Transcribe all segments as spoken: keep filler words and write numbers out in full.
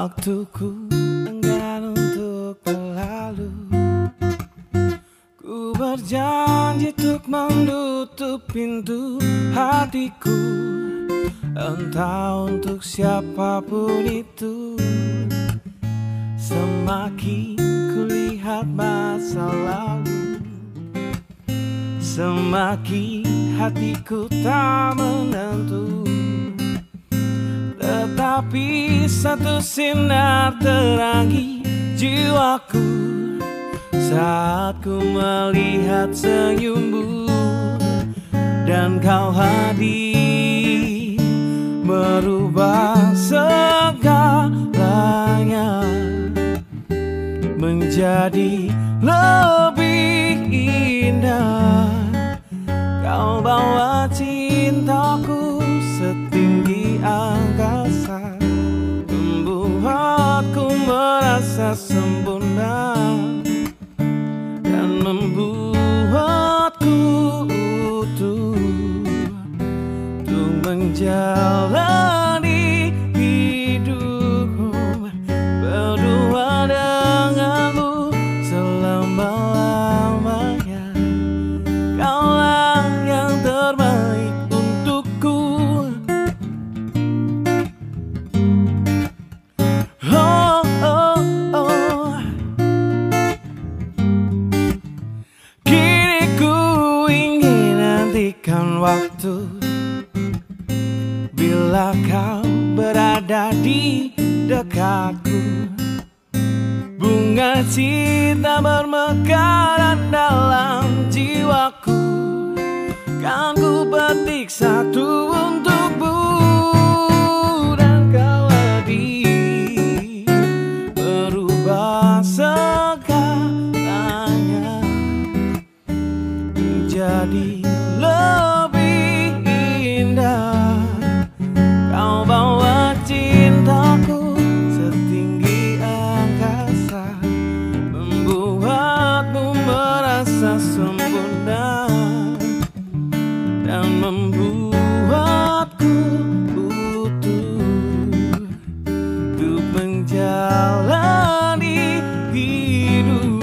Waktuku enggan untuk berlalu. Ku berjanji untuk menutup pintu hatiku, entah untuk siapapun itu. Semakin kulihat masa lalu, semakin hatiku tak menentu. Tetapi satu sinar terangi jiwaku saat ku melihat senyummu, dan kau hadir merubah segalanya menjadi lebih indah. Kau bawa cintaku setinggi angkasa, membuatku merasa sempurna dan membuatku utuh untuk menjalani hidupku berdua denganmu selama-lamanya. Kaulah yang terbaik untukku. Oh, oh, oh. Kini ku ingin nantikan waktu bila kau berada di dekatku. Bunga cinta bermekaran dalam jiwaku, kan ku petik satu untukmu, dan kau hadir berubah segalanya menjadi lebih indah. Kau bawa cintaku setinggi angkasa, membuatmu merasa sempurna dan membuatku utuh untuk menjalani hidup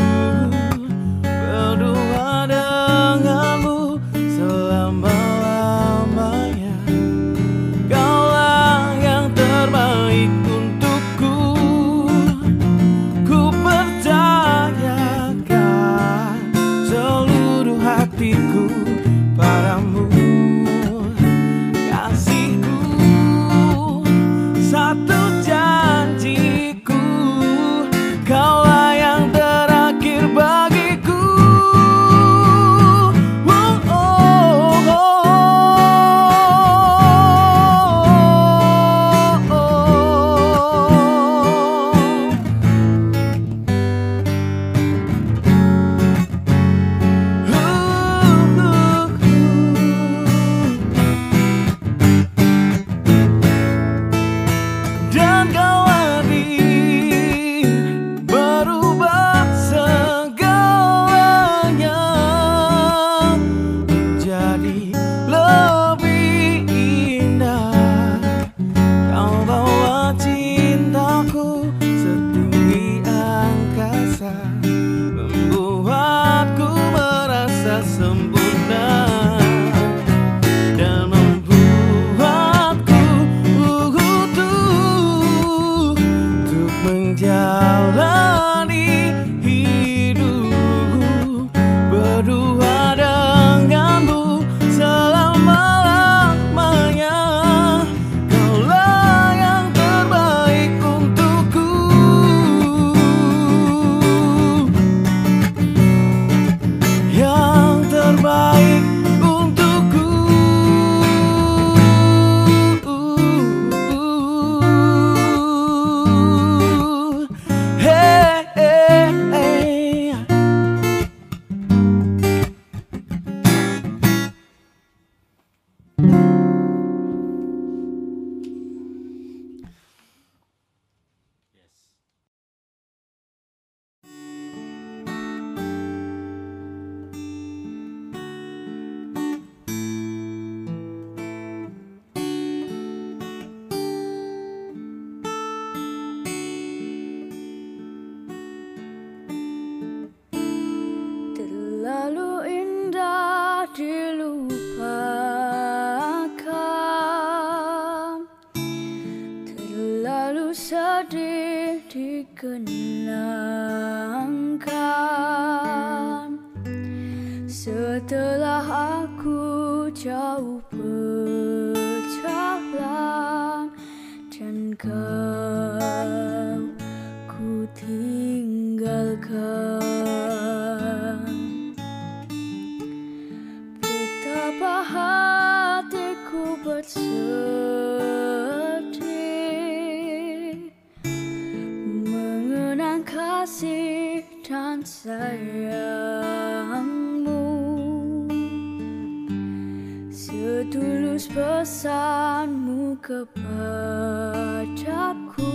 berdua denganmu selama-lamanya. Kaulah yang terbaik untukku. Ku percayakan seluruh dikenangkan setelah aku jauh berjalan dan kau ku tinggalkan. Betapa hatiku bersedih mengenang kasih dan sayangmu, setulus pesanmu kepadaku.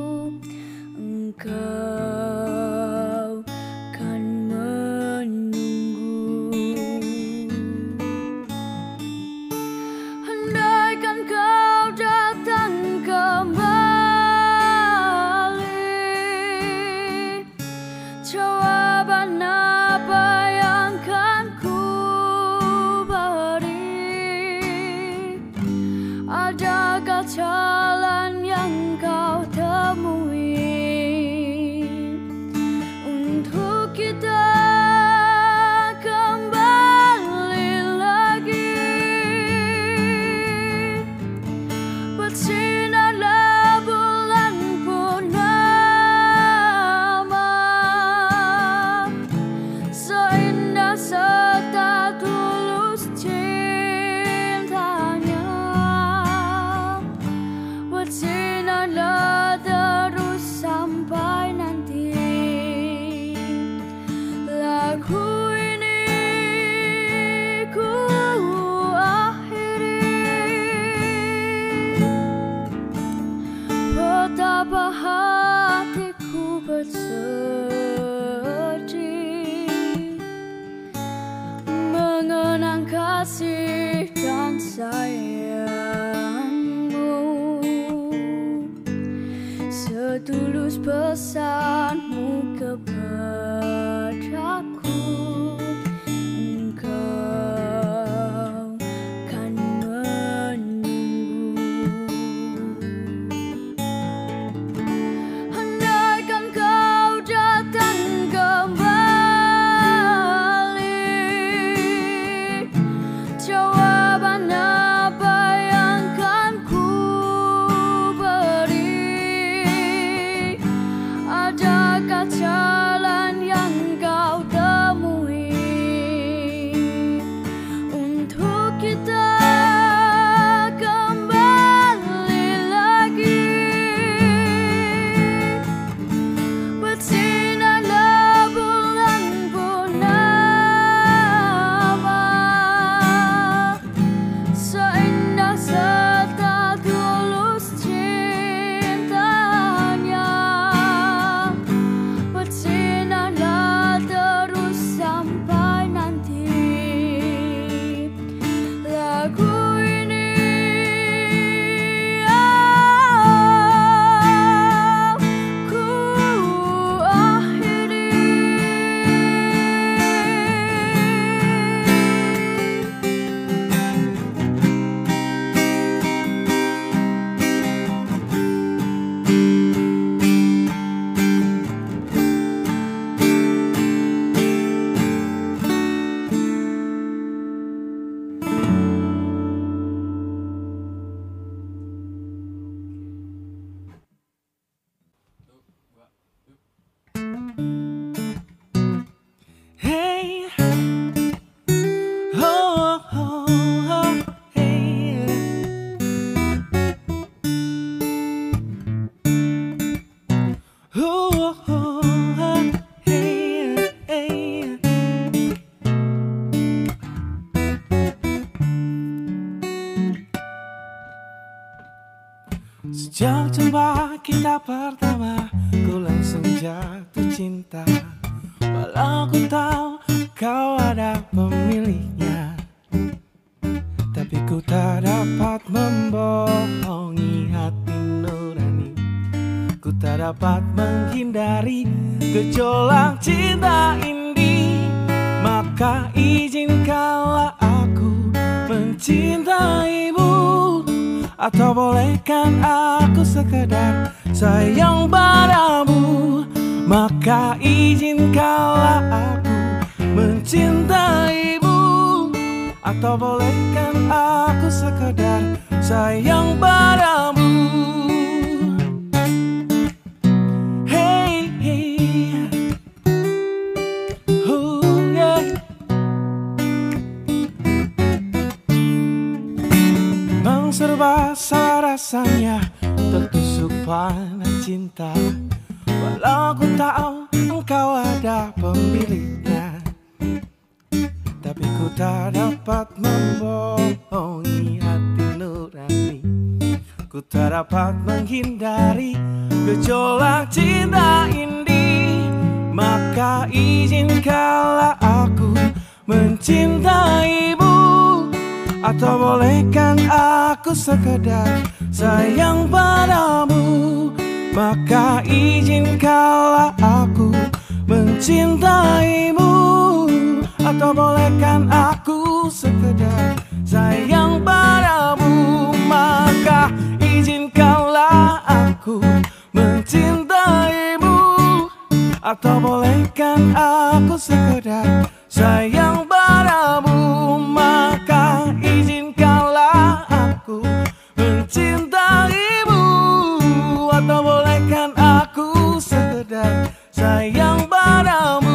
Engkau kan menunggu. Andaikan kau datang kembali, jawaban apa yang kan ku beri? Adakah jalan yang kau temui untuk kita kembali lagi? Bersinarlah bulan purnama, seindah serta tulus cintanya. Bersinarlah terus sampai nanti lagu ini ku akhiri. Betapa hatiku bersedih mengenang kasih dan sayangmu, setulus pesanmu kepadaku. Engkau kan menunggu. Andaikan kau datang kembali, jawaban apa yang kan ku beri? Adakah jalan yang kau temui untuk kita kembali lagi? Bersinarlah bulan purnama, seindah serta tulus cintanya. Bersinarlah terus sampai nanti lagu ini oh, ku akhiri. Hey, oh, oh, oh, hey. Oh, oh, oh, hey, hey. Sejak jumpa kita pertama, ku langsung jatuh cinta. Walau ku tahu kau ada pemiliknya, tapi ku tak dapat membohongi hati nurani. Ku tak dapat menghindari gejolak cinta ini. Maka izinkanlah aku mencintaimu, atau bolehkan aku sekedar sayang padamu, maka izinkanlah aku mencintaimu. Atau bolehkan aku sekedar sayang padamu. Hey, hey. Oh, yeah. Memang serba salah rasanya tertusuk panas cinta, walau ku tahu engkau ada pemiliknya. Tapi ku tak dapat membohongi hati nurani, ku tak dapat menghindari gejolak cinta ini. Maka izinkanlah aku mencintaimu. Atau bolehkan aku sekedar sayang padamu, maka izinkanlah aku mencintaimu. Atau bolehkan aku sekedar sayang padamu, maka izinkanlah aku mencintaimu. Atau bolehkan aku sekedar sayang padamu, maka izinkanlah aku mencintaimu. Atau bolehkan aku sekedar sayang padamu.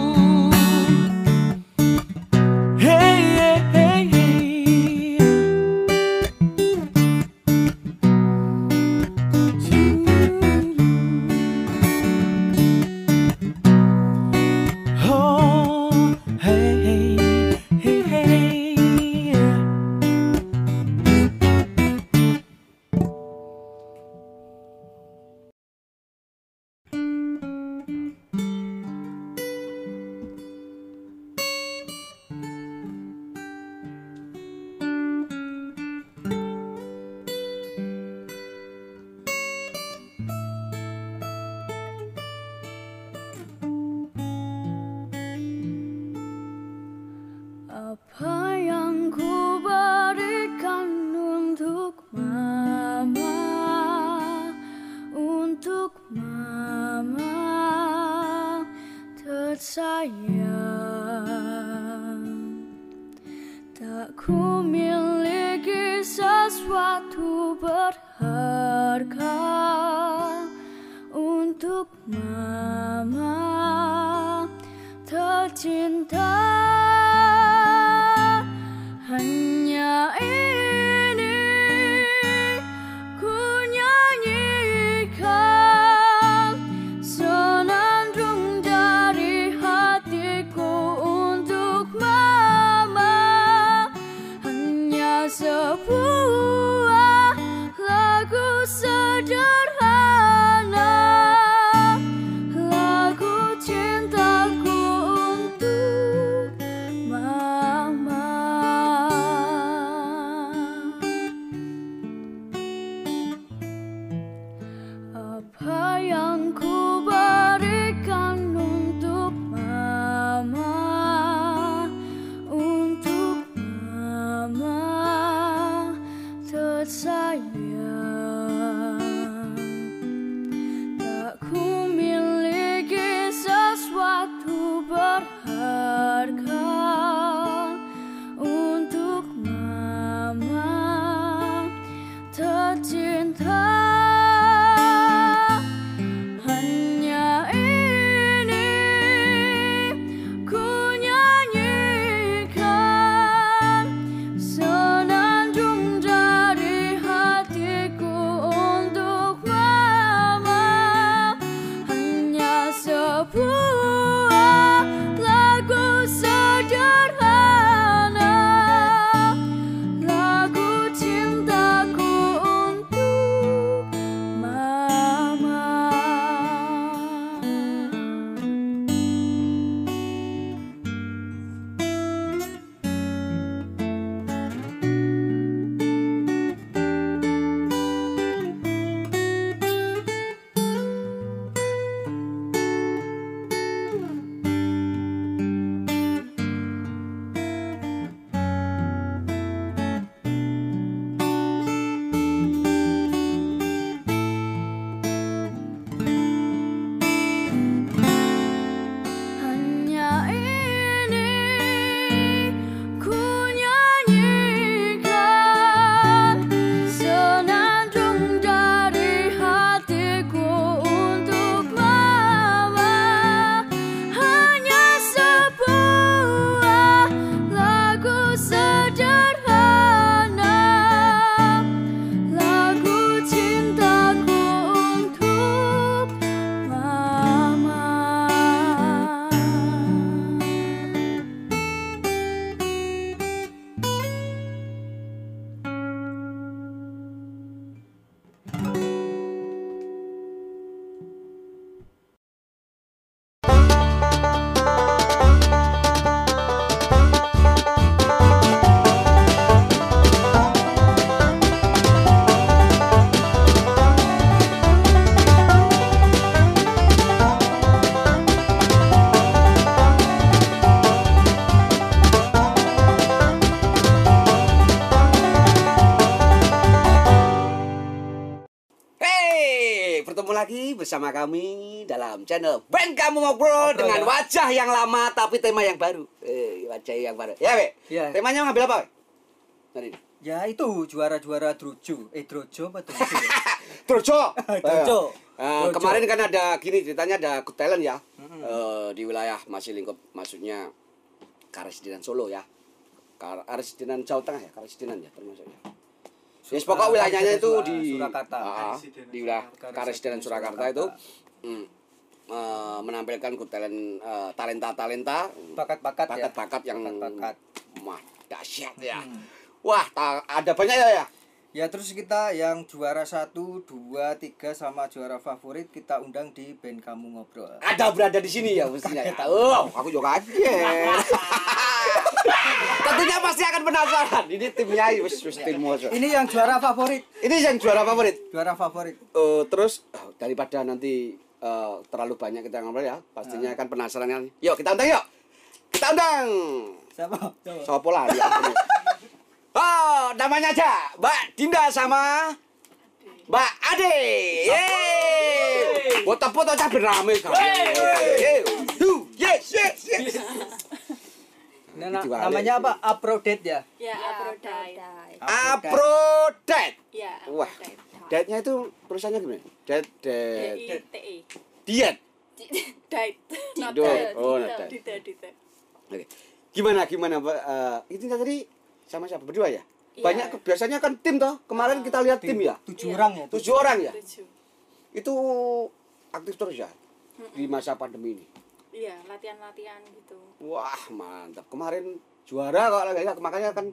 Apa yang ku berikan untuk mama, untuk mama tersayang. Tak ku miliki sesuatu berharga untuk mama tercinta. Hanya ini ku nyanyikan senandung dari hatiku untuk mama. Hanya sebuah lagu sederhana, lagu cintaku untuk lagi bersama kami dalam channel Band Kamu Ngobrol, Ngobrol dengan ya? Wajah yang lama tapi tema yang baru. Eh, wajah yang baru. Ya, Be. Ya. Temanya ngambil apa? Tadi. Ya itu juara-juara Drojo. Eh Drojo apa Drojo? Drojo. Drojo. Uh, kemarin kan ada gini ceritanya, ada Good Talent ya. Mm-hmm. uh, di wilayah masih lingkup, maksudnya Karesidenan Solo ya. Karesidenan Jawa Tengah ya, Karesidenan ya termasuknya. Ya, yes, pokok wilayahnya itu di Surakarta. Uh, di wilayah Karesidenan Surakarta itu mm, uh, menampilkan Good Talent, uh, talenta-talenta, bakat-bakat ya. Bakat-bakat yang bakat. Wah, dahsyat ya. Hmm. Wah, ada banyak ya ya. Ya terus kita yang juara satu, dua, tiga sama juara favorit kita undang di Band Kamu Ngobrol. Ada berada di sini ya mestinya. Ya. Oh, aku juga kaget. Tentunya pasti akan penasaran. Ini timnya wis wis tim musuh. Ini yang juara favorit. Ini yang juara favorit. Juara favorit. Uh, terus uh, daripada nanti uh, terlalu banyak kita ngobrol ya, pastinya akan penasaran kan. Yuk kita undang yuk. Kita undang. Siapa? Siapa lah ya. Oh, namanya aja Mbak Dinda sama Mbak Ade. Yeay. Foto-foto aja berame kan. Yes, yes, yes. Nah, namanya apa? Uprodate ya? Ya, Uprodate. Uprodate. Ya. Wah, dietnya itu tulisannya gimana? Diet, diet. T E. Diet. Diet. Oh, diet. Oke. Gimana gimana Mbak? Uh, itu tadi sama siapa? Berdua ya? Banyak ya. Biasanya kan tim toh. Kemarin kita lihat tim, tim ya. Tujuh ya. orang ya. Tujuh orang ya. Tujuh. Itu aktif terus ya mm-mm. di masa pandemi ini. Iya, latihan-latihan gitu. Wah, mantap. Kemarin juara kok lagi. Makanya kan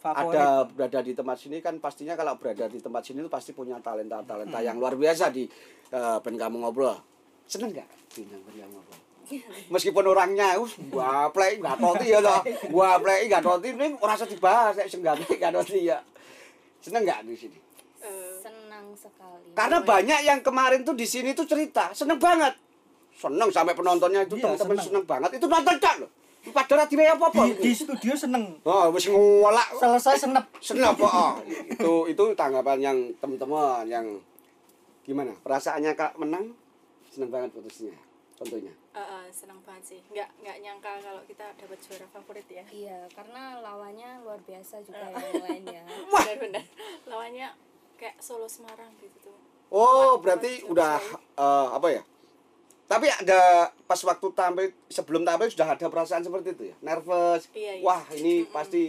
ada berada di tempat sini kan pastinya kalau berada di tempat sini itu pasti punya talenta-talenta hmm. yang luar biasa di uh, Band Kamu Ngobrol. Seneng enggak di Band Kamu Ngobrol? Meskipun orangnya us gua play enggak toti ya toh. Gua play enggak toti ini ora usah dibahas nek senggate enggak toti ya. Seneng enggak di sini? Uh, senang sekali. Karena banyak yang kemarin tuh di sini tuh cerita, seneng banget. Seneng sampai penontonnya itu iya, teman-teman seneng. seneng banget. Itu nonton tak loh. Padahal di apa-apa. Di, di studio seneng. Oh, wis ngolak. Selesai senep. Senep oh. Itu itu tanggapan yang teman-teman yang gimana? Perasaannya Kak menang seneng banget putusnya. Tentunya. Uh, uh, senang banget sih. Nggak nggak nyangka kalau kita dapat juara favorit ya. Iya, karena lawannya luar biasa juga uh. yang lainnya. Benar-benar. Lawannya kayak Solo Semarang gitu tuh. Oh, berarti udah uh, apa ya? Tapi ada pas waktu tampil, sebelum tampil sudah ada perasaan seperti itu ya? Nervous. Iya, iya. Wah, ini mm-mm. pasti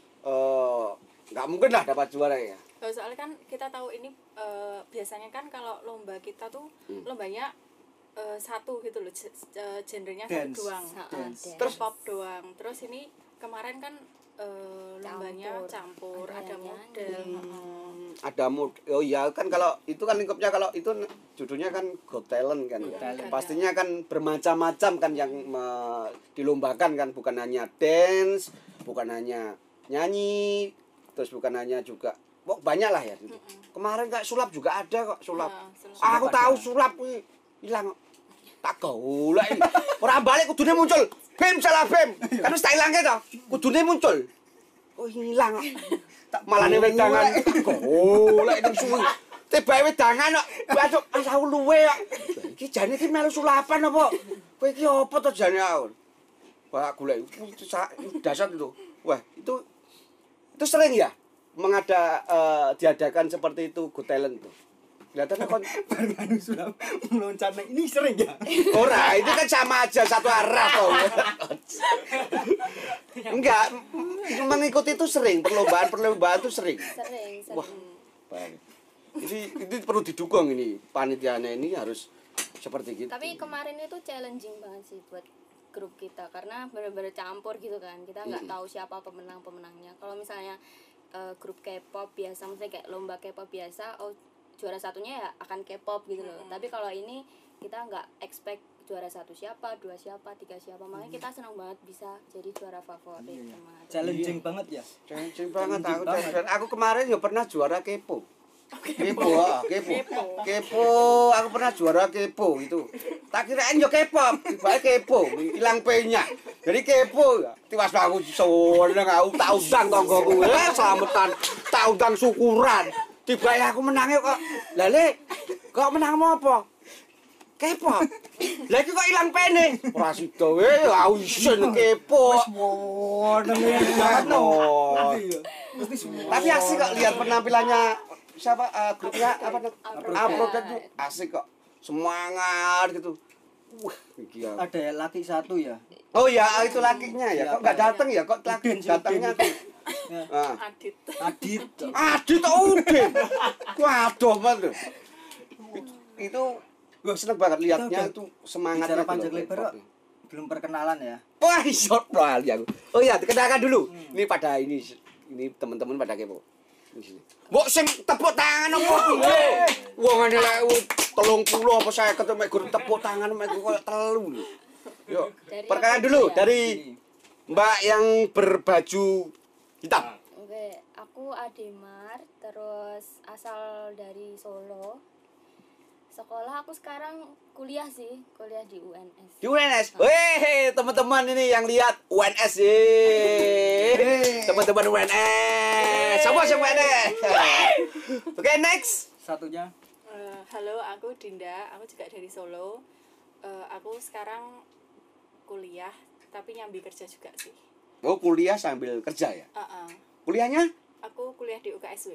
nggak uh, mungkin lah dapat juara ya. Soalnya kan kita tahu ini uh, biasanya kan kalau lomba kita tuh hmm. lombanya Uh, satu gitu loh, genrenya satu doang, Dance. terus pop doang. Terus ini kemarin kan uh, lombanya campur, ada, ada model, hmm, ada mod. Oh iya kan kalau itu kan lingkupnya kalau itu judulnya kan Got Talent kan ya. Hmm, pastinya kan bermacam-macam kan yang me, dilombakan kan, bukan hanya dance, bukan hanya nyanyi, terus bukan hanya juga oh, banyak lah ya. Gitu. Hmm. Kemarin kayak sulap juga ada kok sulap. Ya, sulap. Ah, aku tahu sulap nih. Hilang tak golek ora balik kudune muncul bem salah bem kan wis tak ilange to kudune muncul oh hilang malah ne wedangan golek ning suwi tibae wedangan kok aduh aku luwe kok iki jane iki melu sulapan apa kowe iki apa to jane aku wah golek itu dasar itu wah itu itu sering ya mengada uh, diadakan seperti itu Good Talent tuh. Kelihatannya kon baru sudah meloncat ini sering ya? Ora, itu kan sama aja satu arah toh. Enggak, mengikuti itu sering, perlombaan-perlombaan itu sering. Sering, sering. Wah, baik. Ini ini perlu didukung ini, panitianya ini harus seperti gitu. Tapi kemarin itu challenging banget sih buat grup kita karena benar-benar campur gitu kan. Kita nggak hmm. tahu siapa pemenang-pemenangnya. Kalau misalnya uh, grup K-pop biasa, misalnya kayak lomba K-pop biasa, oh juara satunya ya akan K-pop gitu loh. Mm-hmm. Tapi kalau ini kita nggak expect juara satu siapa, dua siapa, tiga siapa. Makanya mm-hmm. kita senang banget bisa jadi juara favorit mm-hmm. kemarin. Challenging iya. banget ya. Challenging banget aku. Dan aku kemarin ya pernah juara K-pop. Kepo, ah, kepo. Kepo, aku pernah juara kepo itu. Tak kirain yo K-pop, tiba kepo, hilang P-nya. Jadi kepo ya. Tiwas aku seneng aku tak undang tanggoku. Eh, slametan, tak undang syukuran. Tiba aku menangnya kok. Lah Le, kok menang apa? K-pop. Lah iki kok ilang pene? Ora sida wae ausen K-pop. Wis wonten banget no. Mesti semua. Tapi asik kok lihat penampilannya siapa uh, grupnya apa tuh? Afrodite. Afrodite tuh asik kok. Semangat gitu. Wah, iki ya. Ada laki satu ya. Oh ya, itu lakinya ya. Kok enggak datang ya? Kok laki Udin, si datangnya Udin. tuh. Ya. Ah. Adit. Adit. Adit Udin. Waduh, banget. Itu gue seneng banget liatnya Kita itu semangatnya. Bicara panjang tuh loh, lebar K-pop. kok. Belum perkenalan ya. Wah, short lali aku. Oh iya, dikenalkan dulu. Ini pada ini ini teman-teman pada kepo. Di sini. Mbok sing tepuk tangan apa piye? Wong ngene lek telung puluh apa saya ketemu mek gur tepuk tangan mek koyo telu lho. Yuk, Dari perkenalan aku dulu dulu ya? dari Mbak yang berbaju hitam. Oke, aku Ademar, terus asal dari Solo. Sekolah aku sekarang kuliah sih, kuliah di U N S. Di U N S. Weh, teman-teman ini yang lihat U N S ye. Teman-teman U N S. Siapa sih U N S? Oke, next. Satunya Eh, halo, aku Dinda. Aku juga dari Solo. Eh, aku sekarang kuliah, tapi nyambi kerja juga sih. Oh, kuliah sambil kerja ya? Uh-uh. Kuliahnya? Aku kuliah di U K S W.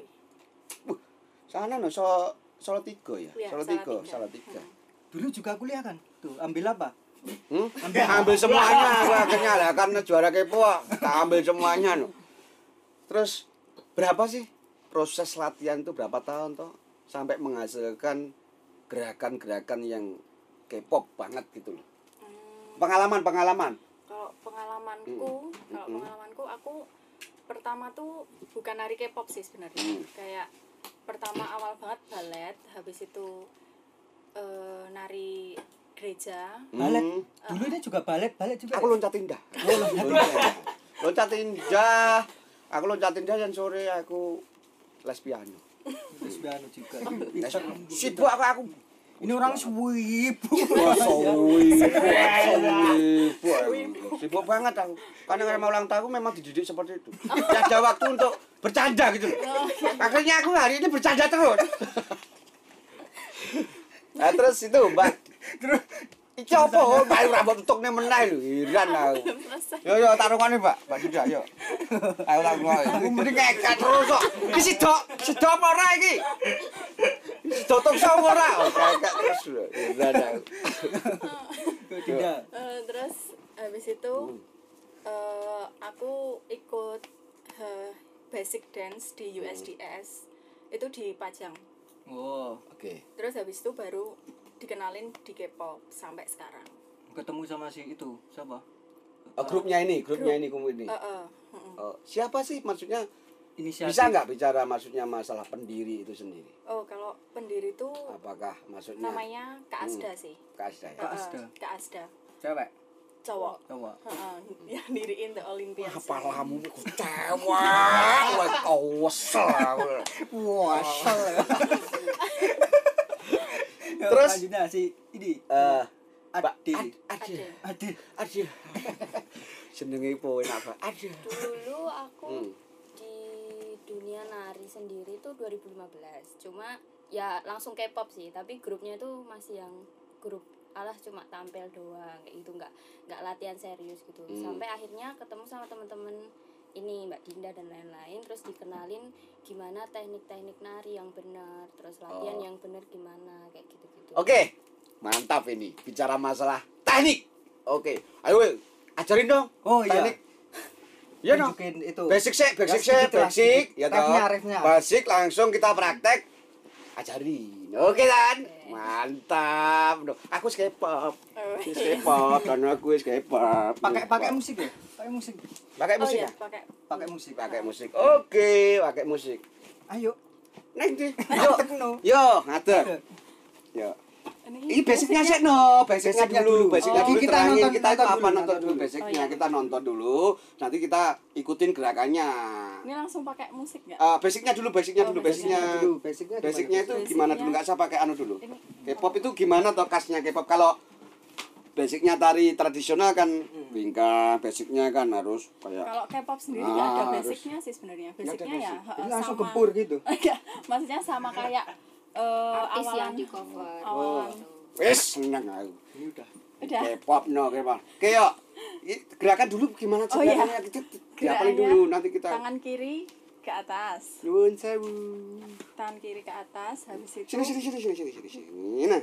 Sana no, so, Solo tiga ya? Iya, Solo tiga, Salatiga. Solo tiga. dulu juga kuliah kan? Tuh, ambil apa? Hmm? Ambil semuanya, akhirnya lah karena juara kepo, tak ambil semuanya no. Terus berapa sih proses latihan itu berapa tahun toh sampai menghasilkan gerakan-gerakan yang K-pop banget gitu loh. Hmm, Pengalaman-pengalaman. kalau pengalamanku, Mm. kalau Mm. pengalamanku aku pertama tuh bukan nari K-pop sih sebenarnya. Mm. Kayak pertama awal banget balet, habis itu eh, nari gereja. Balet. Hmm. Dulu ini juga balet, balet juga. Aku ya? loncat indah. Loncat. Loncat indah. Aku loncat indah dan sore aku les piano. Terus piano juga. Les sibuk aku aku. Ini orang swibu. Wah, sibuk. Sibuk banget aku. Karena karena mau ulang tahun memang dididik seperti itu. Tidak ada waktu untuk bercanda gitu. Akhirnya aku hari ini bercanda terus. Nah, terus itu Mbak. Terus Iki apa? Mbak rambut tutukne meneh lho. Iran aku. Yo yo tarungane, Mbak. Mbak Dinda yo. Ayo lah ngono. Aku mending ngeket terus kok. Iki sidok, sidok apa ora iki? Sidok tok sapa ora? Ngeket terus lho. Iran aku. tidak. Eh, terus habis itu eh, aku ikut eh, basic dance di U S D S itu di Pajang. Oh, Oke. Terus habis itu baru dikenalin di K-pop sampai sekarang. ketemu sama si itu siapa? Oh, grupnya ini, grupnya ini kamu ini. Eh, eh, mm-mm. Oh, siapa sih maksudnya? Inisiatif. Bisa nggak bicara maksudnya masalah pendiri itu sendiri? Oh, kalau pendiri itu Apakah maksudnya namanya Kak Asda sih. Kak Asda ya? Kak Eh, eh, Asda. Kak Asda. Cewek. Cowok. Coba. Heeh, yang diriin The Olympians. Apa lamu ku cewek, wah kawesel. Wah, Terus? lanjutnya si ini. Eh, Ade. Ade. Ade. Ade. Jenenge po enak Pak. Ade. Dulu aku Hmm. di dunia nari sendiri tuh dua ribu lima belas. Cuma ya langsung K-pop sih, tapi grupnya itu masih yang grup alah cuma tampil doang kayak gitu, nggak nggak latihan serius gitu. Hmm. Sampai akhirnya ketemu sama temen-temen ini Mbak Dinda dan lain-lain, terus dikenalin gimana teknik-teknik nari yang benar, terus latihan Oh. yang benar gimana kayak gitu-gitu. Oke. Mantap ini bicara masalah teknik. Oke. Ayo Wil, ajarin dong. Oh, iya. Teknik. Iya dong. Tunjukin itu. Basic sih, basic Ya, sih, sedikit lah, basic. sedikit. Ya Refnya, toh. refnya. Basic langsung kita praktek. Ajarin. Oke kan? Mantap. Duh, aku K-pop. Wis K-pop, dan aku wis K-pop. Pakai pakai musik ya? Pakai musik. Pakai Oh musik iya, ya? pakai. Pakai musik. Pakai musik. Oke, pakai musik. Ayo. Neng di. Ayo. Yo, yo, ngatur. Yo. Ini basicnya sih no, basicnya Basicnya dulu, dulu. basicnya Oh, dulu kita terangin nonton- kita itu nonton apa dulu, nonton nonton dulu dulu. basicnya, Oh, iya. kita nonton dulu, nanti kita ikutin gerakannya. Ini langsung pakai musik nggak? Eh, basicnya dulu, basicnya Oh, dulu, basicnya basicnya dulu, basicnya gimana? basicnya itu Basicnya- gimana dulu, nggak usah pakai anu dulu. Ini. K-pop itu gimana toh khasnya K-pop? Kalau basicnya tari tradisional kan bingkai, basicnya kan harus kayak Kalau K-pop sendiri Ah, nggak ada harus. basicnya sih sebenarnya. Nggak ada Basicnya ya basic. heeh, Ini langsung sama- gempur gitu. Enggak, maksudnya sama kayak eh Artis awalan yang di cover. awalan Wis seneng aku. Ini udah. Udah. K-pop no K-pop. Oke yuk. I- Gerakan dulu gimana Oh, iya. gerakannya? Kita diapalin Gerakannya, dulu nanti kita. Tangan kiri ke atas. Nuwun sewu. Tangan kiri ke atas, habis itu Sini sini sini sini sini sini sini. Nah.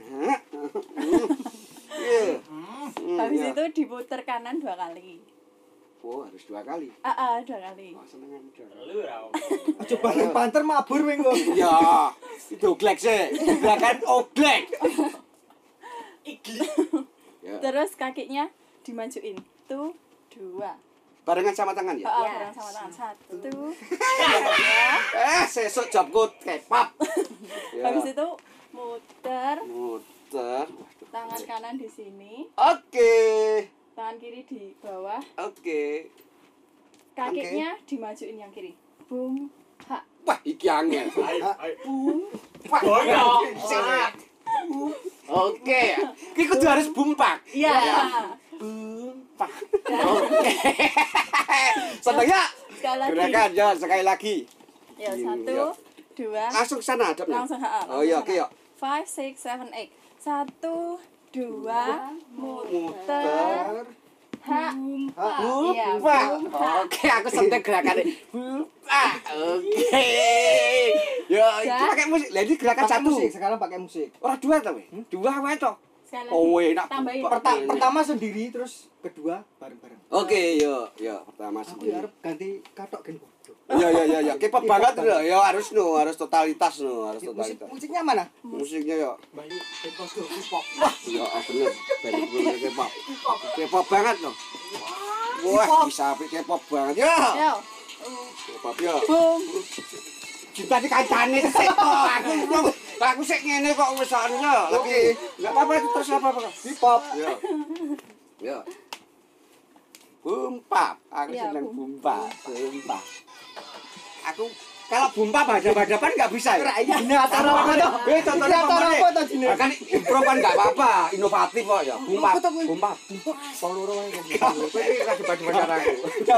Iya. Hmm, habis ya. itu diputer kanan dua kali. Oh, harus dua kali. Ah, ah, dua kali. Oh, senengan dua kali. Lu ra. Aja balik panter mabur wing kok. Ya, itu oglek sih. Gerakan oglek. Ya. Terus kakinya dimajuin. Tuh, dua. Barengan sama tangan ya? Ah, ah, Yes. bareng sama tangan. Satu, Hmm. dua. Eh, sesuk jobku K-pop. Ya. Habis itu muter, Muter. Waduh. tangan kanan di sini, Oke. tangan kiri di bawah, Oke. kakinya dimajuin yang kiri. Boom, ha, Wah, iki angel. Ayo, ayo. boom. Wah, oke. Iki kudu harus bumpak. Iya. Bumpak. Oke. Seneng ya? Sekali lagi. Gerakan ya sekali lagi. Ya, Iya. satu, dua. Langsung sana hadapnya. Langsung, ha, Oh iya, oke yuk. Five, six, seven, eight. Satu, dua, muter, Muter. ha, Iya, Bumpak. bumpak. Oke, aku seneng gerakannya. Bumpak. Oke. Ya, itu Ya. pakai musik. Lah ini gerakan Pakai satu. musik, sekarang pakai musik. Orang dua tau, weh? Dua wae toh. Sekali Oh, lagi. enak. Tambahin. Bumpak. Perta- pertama sendiri terus kedua bareng-bareng. Oke, yo, yo, pertama Aku sendiri. ya arep ganti katok gen bodoh. Ya ya ya ya, K-pop banget loh. Ya harus no, harus totalitas no, harus Musik totalitas. musiknya mana? Musiknya ya. Bayu gen bodoh K-pop. Wah, ya ah, bener. Bener bener K-pop. K-pop banget loh. Wah, bisa apik K-pop banget. Ya. Yo, K-pop ya. boom. Cinta di kancane sik kok. Aku aku sik ngene kok wis anu ya. Lagi enggak apa-apa itu terus apa-apa. K-pop. Ya. Ya. Bumpak. Aku Ya, seneng bum- bumpak. Bumpak. Aku kalau bumpak hadap-hadapan nggak bisa ya. Ini acara apa toh? Eh, contohnya Ini acara apa apa toh jine? Kan impro kan nggak apa-apa, inovatif kok ya. Bumpak, Apa toh, kuwi? bumpak. Poloro wae. Kowe iki lagi baju-baju aku.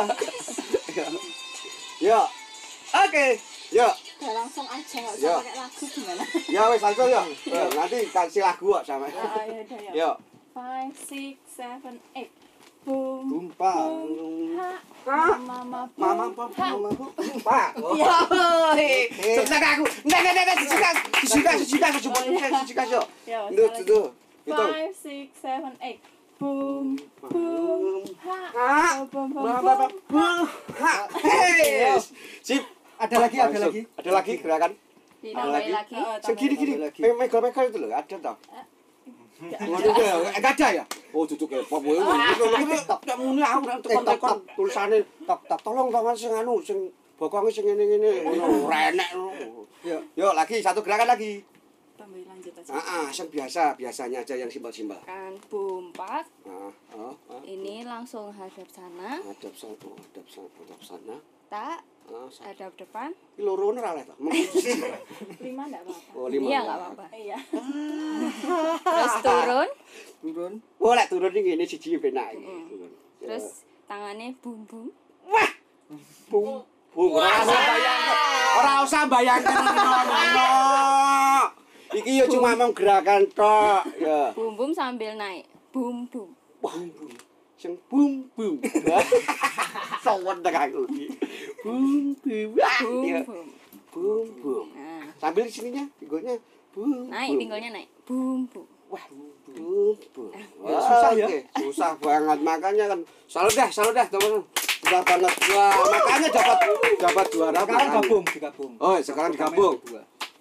Yo. Oke. Yo. Udah langsung aja, nggak Yo. usah pakai lagu gimana? Ya wis langsung yo. Yo, nanti kasih lagu kok sama. Ah, ya udah ya. Yo. Five, six, seven, eight. Boom. Bumpak. Ha, mama, boom. Mama pop, ha. mama pop, bumpak. Ya. Seneng aku. Nggak, nggak, nggak, sejika, sejika, sejika, sejika, sejika, yo. Ya, Itu, sekali itu, lagi. itu. Five, six, seven, eight. Boom, boom, ha, Ha. boom, boom, Mama pop, boom. ha. Hey. Sip. Ada lagi, ada lagi. Ada lagi gerakan? Ditambahin lagi. Oh, Segini gini, Tambah lagi. megal-megal itu loh, ada tau? Ngono ya, enggak ada ya? Oh, duduk K-pop kowe. Tak muni aku nek tekon-tekon tulisane tok tok tolong tangan sing anu sing bokonge sing ngene-ngene ngono renek ngono. Yo. Yo, lagi satu gerakan lagi. Tambahin lanjut aja. Heeh, yang biasa, biasanya aja yang simpel-simpel. Kan bumpak. Heeh, oh, oh. Ini langsung hadap sana, Hadap sana, oh, hadap sana, hadap sana. tak Ah, sa- hadap depan. Iki loro ora oleh to. Lima enggak apa-apa. Oh, lima. Iya nggak apa-apa. Iya. Terus turun, Turun. Oh, lek turun iki ngene siji penak iki. Turun. terus tangannya bum bum. Wah. Bung. Bung ora usah bayangkan. Ora usah bayangkan ngono. Iki yo cuma mau gerakan tok, ya. Bum bum sambil naik. Bum bum. Wah, sing bum bum. Sawen tek aku iki. Bum bum. Wah, Bum ya. bum. Bum bum. Nah, Sambil sininya pinggulnya bum. naik bum. pinggulnya naik. Bum bum. Wah, bum bum. Wah, susah ya? oke. Susah banget makanya kan. Salut deh, salut deh, teman-teman. Susah banget. Wah, makanya dapat dapat juara. Sekarang makanya. gabung, digabung. Oh, sekarang digabung. Dua.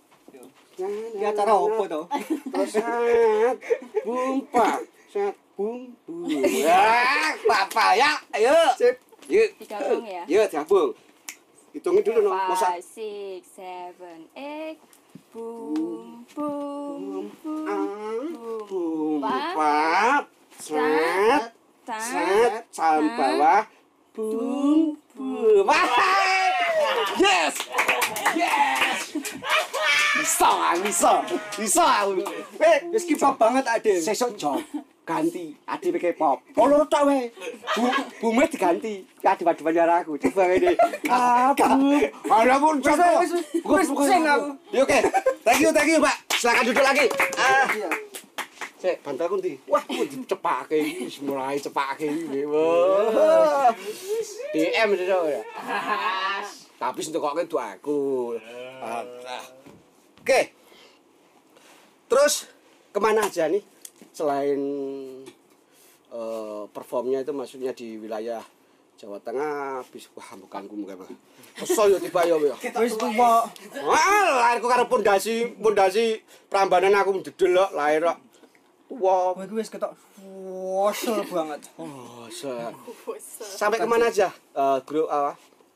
Ini acara apa toh? Terus set bumpak, set bum bum. Ya, papa ya, ayo. Sip. Yuk. Digabung ya? Yuk, digabung. Hitungin dulu no. Masa Five, six, seven, eight. Bum bum bum. bumpak, set, Tak set, sampai bawah. Bum bum. Wah. Yes. Yes. Bisa, bisa. Bisa aku. Eh, Wis K-pop banget ade. sesuk job ganti ade K-pop. Polo tok wae. Bume diganti. Ade wadu-wadu aku. Coba ngene. Ah, bu. Ada pun coba. Wis sing aku. Ya oke. Thank you, thank you, Pak. Silakan duduk lagi. Ah. Cek, bantalku ndi? Wah, kok dicepake iki, wis mulai cepake iki. Wah. D M itu ya. Tapi sing tekoke itu aku. Oke. Terus kemana aja nih selain uh, performnya itu maksudnya di wilayah Jawa Tengah, bis wah bukanku muga. Kesel yo tiba yo yo. Wis tuwa. Wah, lahirku karo pondasi, pondasi Prambanan aku ndedel kok lahir kok. Tuwa. Kowe wis ketok wosel banget. Oh, sampai kemana aja? Uh, grup apa?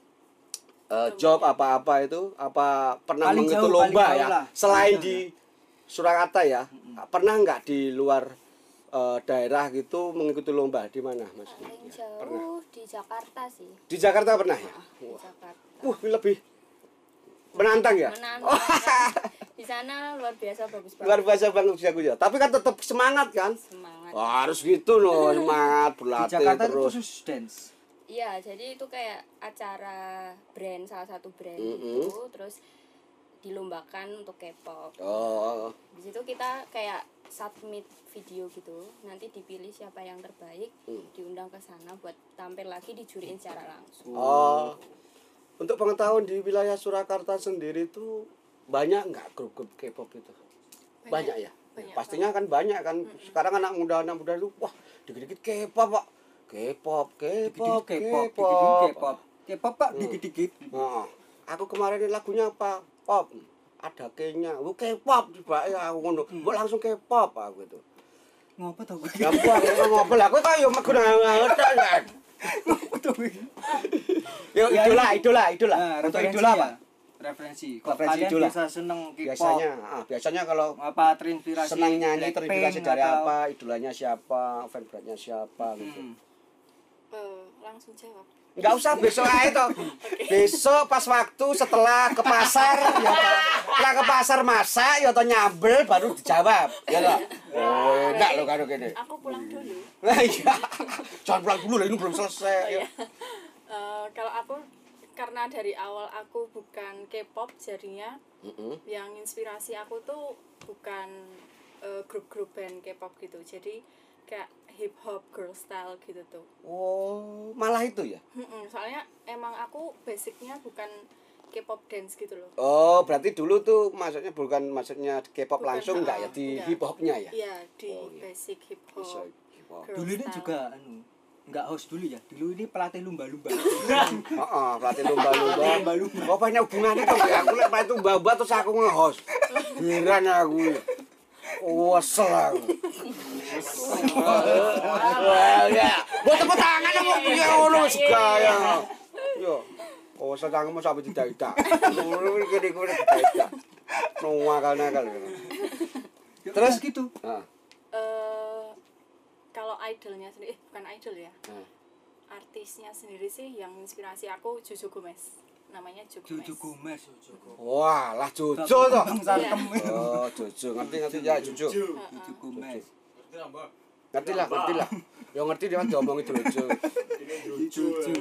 Uh, job apa-apa itu? Apa pernah Paling mengikuti jauh, lomba paling ya? jauh lah. Selain Paling di Surakarta ya, pernah nggak di luar uh, daerah gitu mengikuti lomba di mana, Mas? Paling Ya, pernah. jauh di Jakarta sih. Di Jakarta pernah ya? Di Wah, Jakarta. uh, lebih menantang ya? Menantang. Di sana luar biasa bagus banget. Luar biasa bagus aku ya. Tapi kan tetap semangat kan? Semangat. Wah, harus gitu loh, semangat Di berlatih Jakarta itu terus. khusus dance. Iya, jadi itu kayak acara brand, salah satu brand Mm-mm. itu, terus dilombakan untuk K-pop. Oh, Di situ kita kayak submit video gitu, nanti dipilih siapa yang terbaik, Hmm. diundang ke sana buat tampil lagi dijuriin secara langsung. oh. Untuk pengetahuan di wilayah Surakarta sendiri itu banyak nggak grup-grup K-pop itu? Banyak, Banyak. ya? Banyak Pastinya kan banyak kan. Sekarang anak muda anak muda itu wah dikit-dikit K-pop Pak. K-pop, K-pop, Dikit-dikit K-pop, dikit-dikit K-pop. K-pop. K-pop Pak, dikit-dikit. Nah, aku kemarin lagunya apa? Pop. Ada K-nya. Oh, K-pop coba ya aku ngono. Mbok langsung K-pop aku itu. Ngopo to kowe? Ya buang ngopo lah kowe kok yo meguna ngono ya. Ngopo to kowe? Yo Ya, idola, ini- idola, idola. Nah, Untuk referensi idola ya. apa? Referensi. Kok Referensi kalian idola. biasa seneng K-pop? Biasanya, ah, biasanya kalau Apa terinspirasi senang nyanyi Blackpink terinspirasi dari atau- apa, idolanya siapa, fanberatnya siapa gitu. Hmm. Eh, langsung jawab. Enggak usah besok aja toh. Besok pas waktu setelah ke pasar ya toh. Setelah ke pasar masak ya toh nyambel baru dijawab. Ya toh. Oh, enggak lo karo gini. Aku pulang dulu. Nah, iya. Jangan pulang dulu lah ini belum selesai. Ya. Eh, kalau aku karena dari awal aku bukan K-pop jadinya Mm-mm. yang inspirasi aku tuh bukan eh, grup-grup band K-pop gitu. Jadi kayak hip hop girl style gitu tuh. Oh, malah itu ya. Mm-mm, soalnya emang aku basicnya bukan K-pop dance gitu loh. Oh, berarti dulu tuh maksudnya bukan maksudnya K-pop Bukan, langsung enggak ya uh, di enggak. hip hopnya ya? Iya di Oh, iya. basic hip hop. Bisa hip hop. girl Dulu ini style. juga anu, enggak host dulu ya. Dulu ini pelatih lumba-lumba. Heeh, pelatih lomba-lomba. Lomba-lomba. Kok banyak hubungannya tuh ya? Aku lek pelatih lomba terus aku nge-host. Giran aku. Wesel aku. Wah, ya. Buat tepuk tangan aku piye ngono wis gaya. Yo. Oh, sedang mau sampai tidak-tidak. Ngono iki niku tidak-tidak. Nuwakal-nakal. Terus gitu. Heeh. Eh, kalau idolnya sendiri, eh bukan idol ya, Heeh. artisnya sendiri sih yang inspirasi aku Jojo Gomez, namanya Jojo Jojo Gomez. Gomez. Wah, lah Jojo toh. Bang Sarkem. Oh, Jojo, ngerti ngerti ya Jojo. Jojo Gomez. Ngerti lah, ngerti lah. Ya ngerti dia kan diomongin Jojo. Jojo.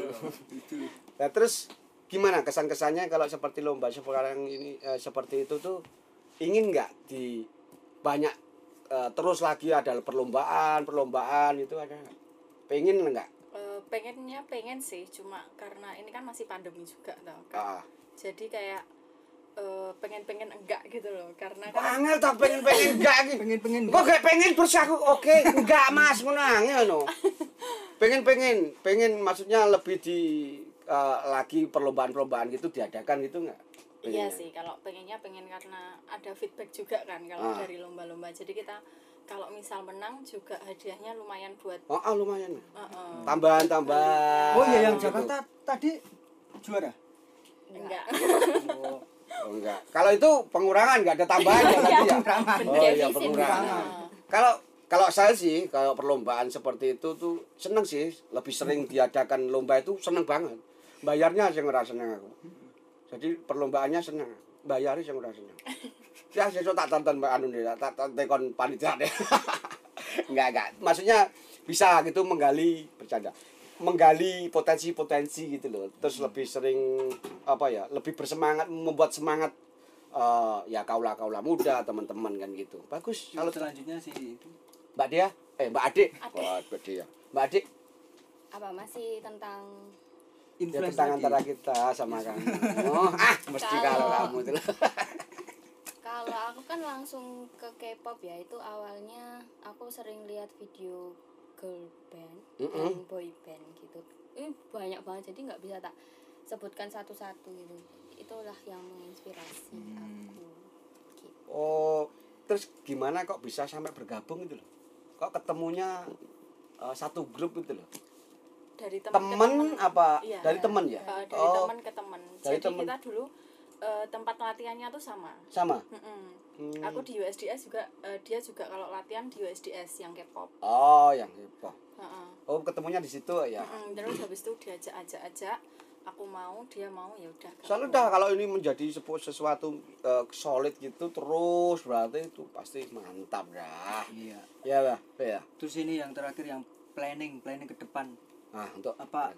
Nah, terus gimana kesan-kesannya kalau seperti lomba sekarang ini eh, seperti itu tuh ingin nggak di banyak eh, terus lagi ada perlombaan, perlombaan itu ada nggak? Pengen nggak? Eh, pengennya pengen sih, cuma karena ini kan masih pandemi juga tau Ah. kan. Jadi kayak eh, pengen-pengen enggak gitu loh, karena kan Angel tak pengen-pengen enggak iki. Pengen-pengen. Kok kayak pengen terus aku oke, enggak Mas, ngono angel no. Pengen-pengen, pengen maksudnya lebih di eh, lagi perlombaan-perlombaan gitu diadakan gitu enggak? iya sih, kalau pengennya pengen karena ada feedback juga kan kalau Ah. dari lomba-lomba. Jadi kita kalau misal menang juga hadiahnya lumayan buat Oh, ah, lumayan. eh, eh, Tambahan-tambahan. Oh iya yang gitu. Jakarta tadi juara. enggak. Oh, oh, enggak. Kalau itu pengurangan enggak ada tambahan ya tadi ya. Oh iya Defisit. pengurangan. Nah, Kalau kalau saya sih kalau perlombaan seperti itu tuh seneng sih, lebih sering diadakan lomba itu seneng banget. Bayarnya sing ora seneng aku. Jadi perlombaannya seneng, bayarnya sing ora seneng. Ya sesuk tak tonton Mbak Anu deh, tak tak tekon panitia deh. Enggak enggak. Maksudnya bisa gitu menggali bercanda. Menggali potensi-potensi gitu loh. Terus lebih sering apa ya? Lebih bersemangat membuat semangat eh, ya kaula-kaula muda, teman-teman kan gitu. Bagus Kalau kalau selanjutnya sih itu Mbak Dia, eh Mbak Adik. Adik. Wah, Mbak Dia. Mbak Adik, Apa masih tentang ya Influence tentang lagi. antara kita sama kamu. Oh, ah, mesti kalau kamu itu. kalau aku kan langsung ke K-pop ya, itu awalnya aku sering lihat video girl band dan boy band gitu. Ini banyak banget jadi nggak bisa tak sebutkan satu-satu gitu. Itulah yang menginspirasi aku. Gitu. Oh, terus gimana kok bisa sampai bergabung itu loh? Kok ketemunya uh, satu grup itu loh? Dari teman ke Temen teman. apa? Iya. Dari temen ya? Eh, dari Oh, teman ke teman. dari Jadi teman. kita dulu eh, tempat latihannya tuh sama. sama. Mm-mm. Hmm. Aku di U S D S juga, eh, dia juga kalau latihan di U S D S yang K-pop. Oh, yang heboh. Heeh. Oh, ketemunya di situ ya. Mm-mm. Terus habis itu diajak-ajak-ajak, aku mau, dia mau, ya udah. Soalnya gabung. udah kalau ini menjadi sepu- sesuatu uh, solid gitu terus berarti itu pasti mantap dah. Iya. Ya, Bah. Ya. Terus ini yang terakhir yang planning, planning ke depan. Nah, untuk Apa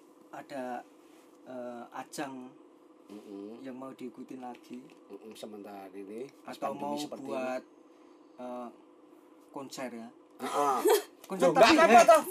ada eh, ajang Mm-mm. yang mau diikutin lagi Mm-mm, sementara ini pas atau pandemi mau seperti buat eh, konser ya? ini. Heeh. Konser Loh, nggak tapi apa-apa eh, toh.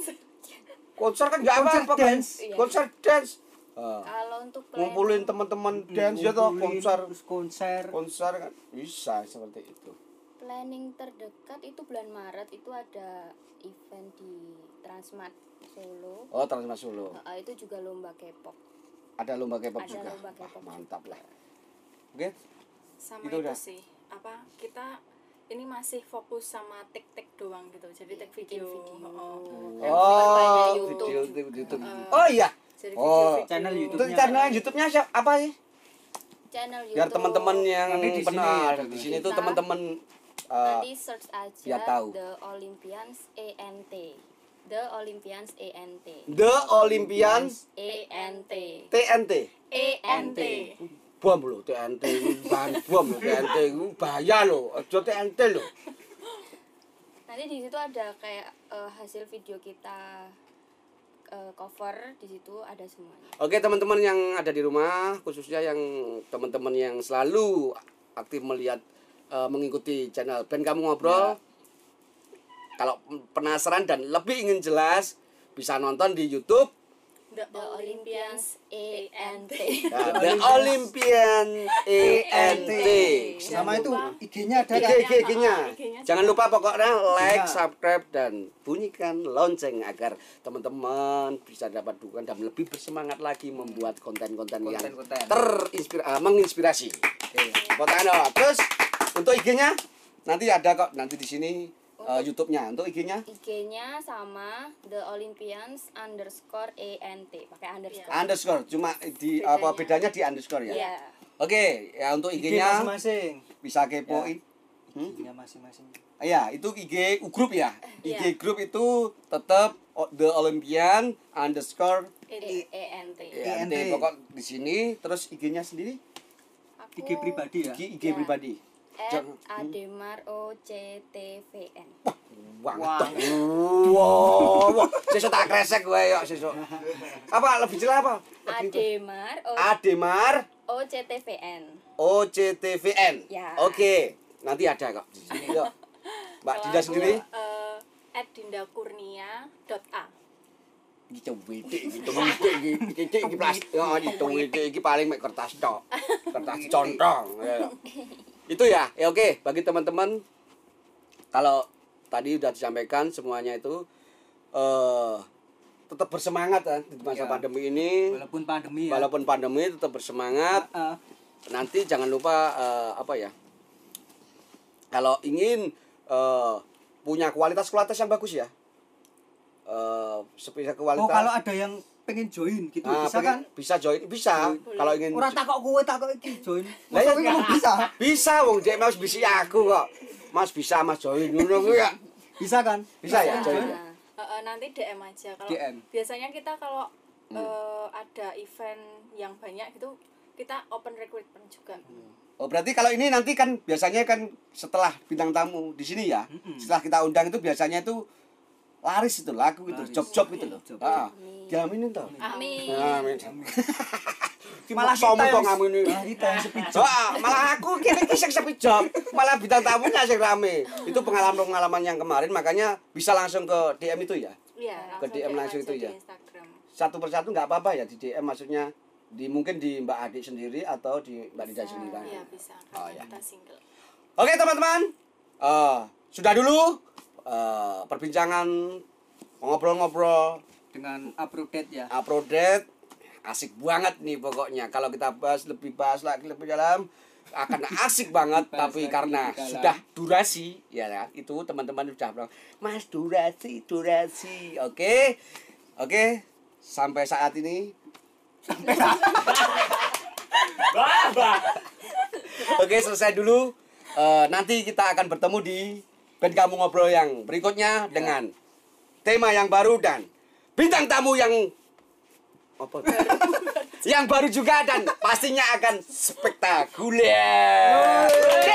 Konser kan enggak Konser apa-apa. kan? dance. Iya. Konser dance. Ah. Kalau untuk Ngumpulin planning, teman-teman dance ya toh, ngumpulin, konser. terus konser. Konser kan bisa seperti itu. planning terdekat itu bulan Maret itu ada event di Transmart Solo. Oh, Transmart Solo. Nah, itu juga lomba K-pop. Ada lomba K-pop Ada juga. lomba Wah, K-pop mantap lah. Oke. Sama Itu itu, udah. sih. Apa kita ini masih fokus sama tik-tik doang gitu. Jadi tik video. video. Oh. Oh, YouTube. video YouTube. YouTube. Uh, Oh iya. Jadi Oh, video-video. channel Untuk YouTube-nya. channel YouTube-nya siapa apa sih? Channel YouTube. Biar teman-teman yang Nanti di sini pernah ya, ada di sini Kita- tuh teman-teman uh, nanti search aja biar tahu. The Olympians E N T. The Olympians E N T. The Olympians E N T. T N T. E N T. Bom lho T N T itu bahan bom lho T N T itu bahaya lho. Aja T N T lho. Nanti di situ ada kayak eh, hasil video kita eh, cover, di situ ada semuanya. Oke teman-teman yang ada di rumah, khususnya yang teman-teman yang selalu aktif melihat eh, mengikuti channel Band Kamu Ngobrol. Kalau penasaran dan lebih ingin jelas bisa nonton di YouTube The, The Olympians E N T. ya, The Olympian E N T. Sama itu lupa. I G-nya ada I G kan? I G I G-nya. I G-nya Jangan lupa pokoknya like, Iya. subscribe dan bunyikan lonceng agar teman-teman bisa dapat dukungan dan lebih bersemangat lagi membuat konten-konten yang Konten-konten. terinspirasi, menginspirasi. Oke. Pokoknya terus untuk I G-nya nanti ada kok nanti di sini uh, YouTube-nya. Untuk I G-nya I G-nya sama The Olympians underscore E N T, pakai underscore. underscore cuma di apa bedanya di underscore ya. Iya. Oke, ya untuk I G I G-nya masing-masing. bisa kepoin. Hmm? I G-nya masing-masing. Ya, itu I G grup ya. I G Iya. grup itu tetap o- The Olympian underscore E N T. ya, I N T. pokok di sini terus I G-nya sendiri Aku I G pribadi ya. I G, I G Ya. pribadi. at Jangan- Ademar O C T V N. Wah, Wah. ngetok. Wow, wah, sesuk tak kresek kowe yo sesuk. Apa lebih jelas apa? Lebih- Ademar O, Ademar O C T V N. O C T V N. Ya. Oke, nanti ada kok di sini. Yuk. Mbak Kalau Dinda aku, sendiri eh, at dindakurnia dot a. iki widik iki widik iki iki iki plastik ya iki widik iki paling mek kertas tok. Kertas contong. Ya. Itu ya. Ya oke, bagi teman-teman kalau tadi udah disampaikan semuanya itu eh tetap bersemangat ya di masa Ya. pandemi ini. Walaupun pandemi ya. Walaupun pandemi tetap bersemangat. Ah, Nanti jangan lupa eh, apa ya? Kalau ingin eh, punya kualitas-kualitas yang bagus ya. Eh spesial kualitas. oh kalau ada yang pengen join gitu Nah, bisa pengen- kan? Bisa join, bisa. Kalau ingin Orang takok kowe takok iki join. Lah, Masa ya, kowe ngomong bisa? bisa wong Dek Mas bisi aku kok. Mas bisa Mas join ngono kuwi ya. Bisa kan? Bisa ya join. Nah, Eh, eh, nanti D M aja kalau D M. biasanya kita kalau eh, ada event yang banyak gitu kita open recruitment juga. Oh, berarti kalau ini nanti kan biasanya kan setelah bintang tamu di sini ya. Setelah kita undang itu biasanya itu laris itu laku itu Laris. job-job itu loh. Job. Ah, diaminin toh. Amin. Amin. Ki Malah sombong kok ngamu ini. Malah kita yang sepi job. Oh, malah aku kini kisah sepi job. Malah bintang tamunya sing rame. Itu pengalaman-pengalaman yang kemarin, makanya bisa langsung ke D M itu ya. Iya, Ke D M langsung itu aja ya. di Instagram. Satu persatu nggak apa-apa ya di D M, maksudnya di mungkin di Mbak Adik sendiri atau di Mbak Dida sendiri kan. Iya, bisa. Oh, Karena ya. kita single. Oke teman-teman, Eh, sudah dulu eh, perbincangan ngobrol-ngobrol Dengan update ya. update asik banget nih pokoknya. Kalau kita bahas lebih bahas lagi lebih dalam akan asik banget. Bahas Tapi lagi karena lebih dalam. sudah durasi ya kan, itu teman-teman sudah bilang mas durasi durasi. Oke oke sampai saat ini oke selesai dulu. Eh, nanti kita akan bertemu di band kamu ngobrol yang berikutnya dengan tema yang baru dan bintang tamu yang apa? yang baru juga dan pastinya akan spektakuler.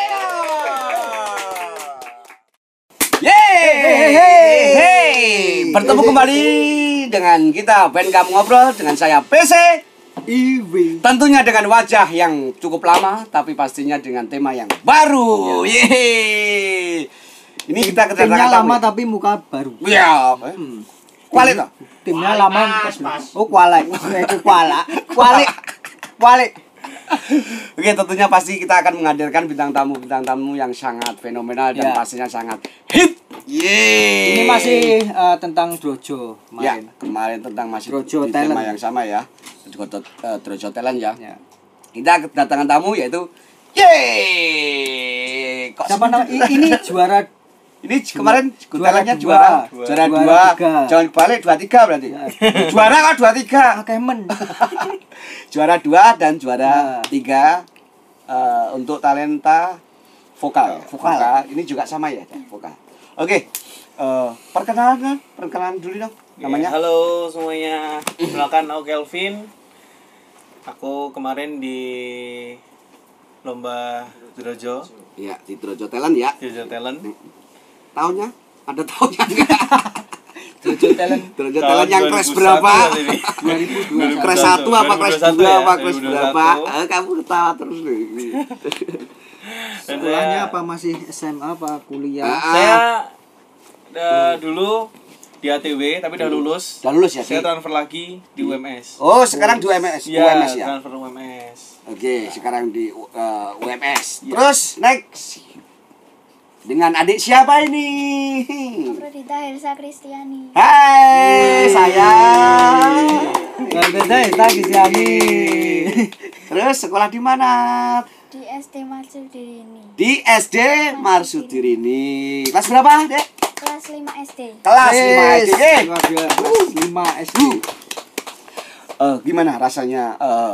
Yeay! Bertemu kembali dengan kita band kamu ngobrol dengan saya P C. Iwi. Tentunya dengan wajah yang cukup lama tapi pastinya dengan tema yang baru. Yeay! Ini kita kedatangan Timnya tamu lama ya? tapi muka baru. Ya, Hmm. kuali toh? Timnya lama muka baru. Oh, kualek. Itu kuala. Kualik. Kualik. Oke, tentunya pasti kita akan menghadirkan bintang tamu-bintang tamu yang sangat fenomenal dan Ya. pastinya sangat hit. Yeay! Ini masih eh, tentang Drojo ya, kemarin. kemarin tentang masih Drojo di Talent. tema yang sama ya. Drojo, uh, Drojo Talent ya. Ya. Kita kedatangan tamu yaitu yeay. Kok Siapa nama? i- Ini juara ini kemarin juara Talentnya dua. juara Juara juara dua, dua. tiga. Jangan balik dua tiga berarti. Juara kok dua tiga. Kemen. Juara dua dan juara Nah. tiga eh, untuk talenta vokal. Vokal. Ini juga sama ya, vokal. Oke, eh, perkenalan kan? Perkenalan dulu dong. Namanya? Halo semuanya, kenalkan aku Kelvin. Aku kemarin di lomba Drojo, Iya, di Drojo Talent ya. Drojo Talent. Tahunnya? Ada tahunnya enggak? Drojo Talent Drojo Tahun Talent yang dua ribu kelas satu berapa? tadi. dua ribu dua puluh satu. Kelas satu apa kelas dua ribu dua puluh satu dua ya? apa kelas dua ribu dua puluh berapa? satu. Eh, kamu ketawa terus nih. Dan Sekolahnya saya, apa masih S M A apa kuliah? Ah, saya eh, dulu di A T W tapi udah lulus. Udah lulus ya, Saya Ki? transfer lagi di U M S. Oh, sekarang di U M S. Iya, U M S ya. transfer U M S. Oke, sekarang di uh, U M S. Ya. Terus next dengan adik siapa ini? Afrodita Hersa Kristiani. Hai, sayang. Beda kita Kisiani. Terus sekolah di mana? Di S D Marsudirini. Di S D Marsudirini. Kelas berapa, Dek? Kelas lima S D. Kelas lima S D. Eh, Luar biasa. Kelas lima S D. eh, gimana rasanya eh,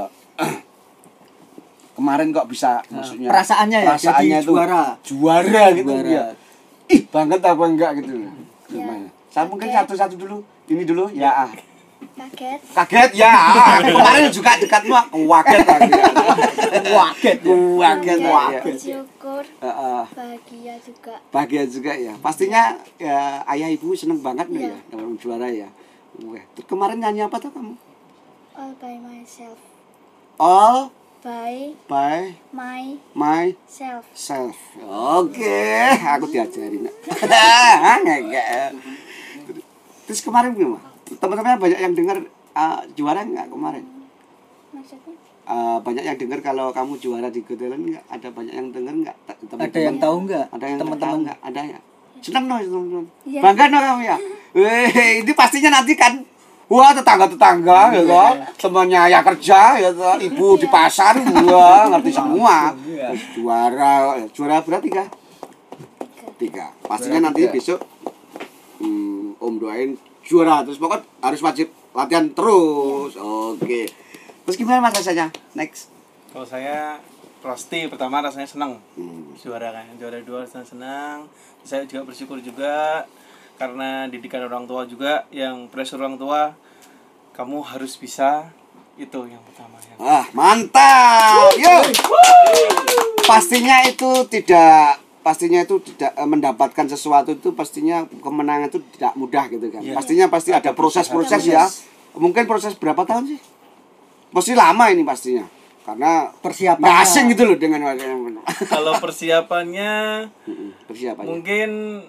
kemarin kok bisa maksudnya perasaannya ya, perasaannya jadi itu juara. juara gitu Juara. ya. Ih, banget apa enggak gitu. Gimana? Saya mungkin Kaget. satu-satu dulu. Ini dulu ya. ah. Kaget. Kaget ya. ah. Kemarin juga dekatmu waget lagi. Waget. Waget. Kaget, ya. bersyukur, Heeh. bahagia juga. Bahagia juga ya. Pastinya ya, ayah ibu seneng banget nih Iya. ya kalau juara ya. Wah, terus kemarin nyanyi apa tuh kamu? All by myself. All By by myself. myself. Oke, aku diajarin. Enggak. Terus kemarin gimana? Teman-teman banyak yang dengar uh, juara nggak kemarin? Maksudnya? Uh, banyak yang dengar kalau kamu juara di Got Talent nggak? Ada banyak yang dengar nggak? Teman-teman? Ada yang tahu nggak? Ada yang Teman-teman teman-teman nggak? Ada ya? Senang no teman-teman. Iya. Bangga no kamu ya? Weh, ini pastinya nanti kan wah tetangga-tetangga ya kan, semuanya ya kerja ya toh, ibu di pasar, wah ngerti semua. Terus juara, juara berarti tiga? Tiga. Pastinya nanti besok hmm, Om doain juara terus pokok harus wajib latihan terus. Oke. Terus gimana mas rasanya? Next. Kalau saya pasti pertama rasanya senang Hmm. juara kan, juara dua rasanya senang. Saya juga bersyukur juga karena didikan orang tua juga yang pressure orang tua, kamu harus bisa, itu yang pertama yang Ah, mantap. Yuk. Pastinya itu tidak pastinya itu tidak eh, mendapatkan sesuatu itu pastinya kemenangan itu tidak mudah gitu kan. Iya. Pastinya pasti ada proses-proses ya. Mungkin proses berapa tahun sih? Pasti lama ini pastinya. Karena Persiapan nggak asing gitu loh dengan Kalau persiapannya persiapannya. mungkin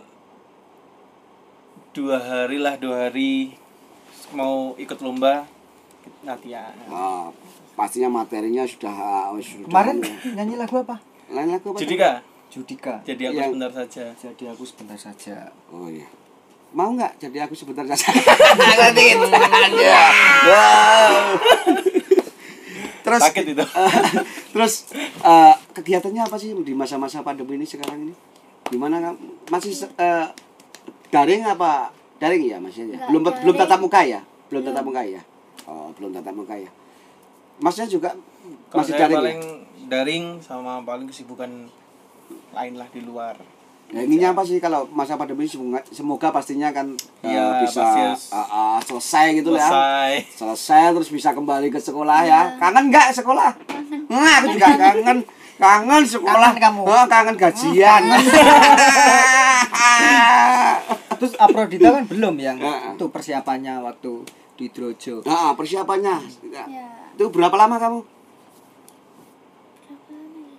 dua hari lah, dua hari mau ikut lomba latihan. Ah, pastinya materinya sudah, oh, sudah Kemarin ya. nyanyi lagu apa? Lain lagu apa? Judika, Judika. jadi aku Yang- sebentar saja. Jadi aku sebentar saja. Oh iya. Mau nggak jadi aku sebentar saja? Ya. Wow. Terus Sakit itu. terus eh, kegiatannya apa sih di masa-masa pandemi ini sekarang ini? Gimana Kak? Masih eh, daring apa? Daring ya masih ya? Nggak Belum daring. belum tatap muka ya? Belum Belum. tatap muka ya? Oh, belum tatap muka ya. Masnya juga Kalau masih saya daring paling ya? daring sama paling kesibukan lain lah di luar. Ya, ininya apa sih kalau masa pandemi semoga, semoga pastinya kan eh, Iya, bisa pasti eh, eh, selesai gitu lah ya. Selesai. Selesai terus bisa kembali ke sekolah ya. Kangen nggak sekolah? Nah, aku juga kangen. Kangen sekolah. Kangen kamu? Oh, kangen gajian. Terus Aprodita kan belum yang Heeh. itu persiapannya waktu di Drojo. Nah, persiapannya. Ya. Itu berapa lama kamu? Berapa lama ya?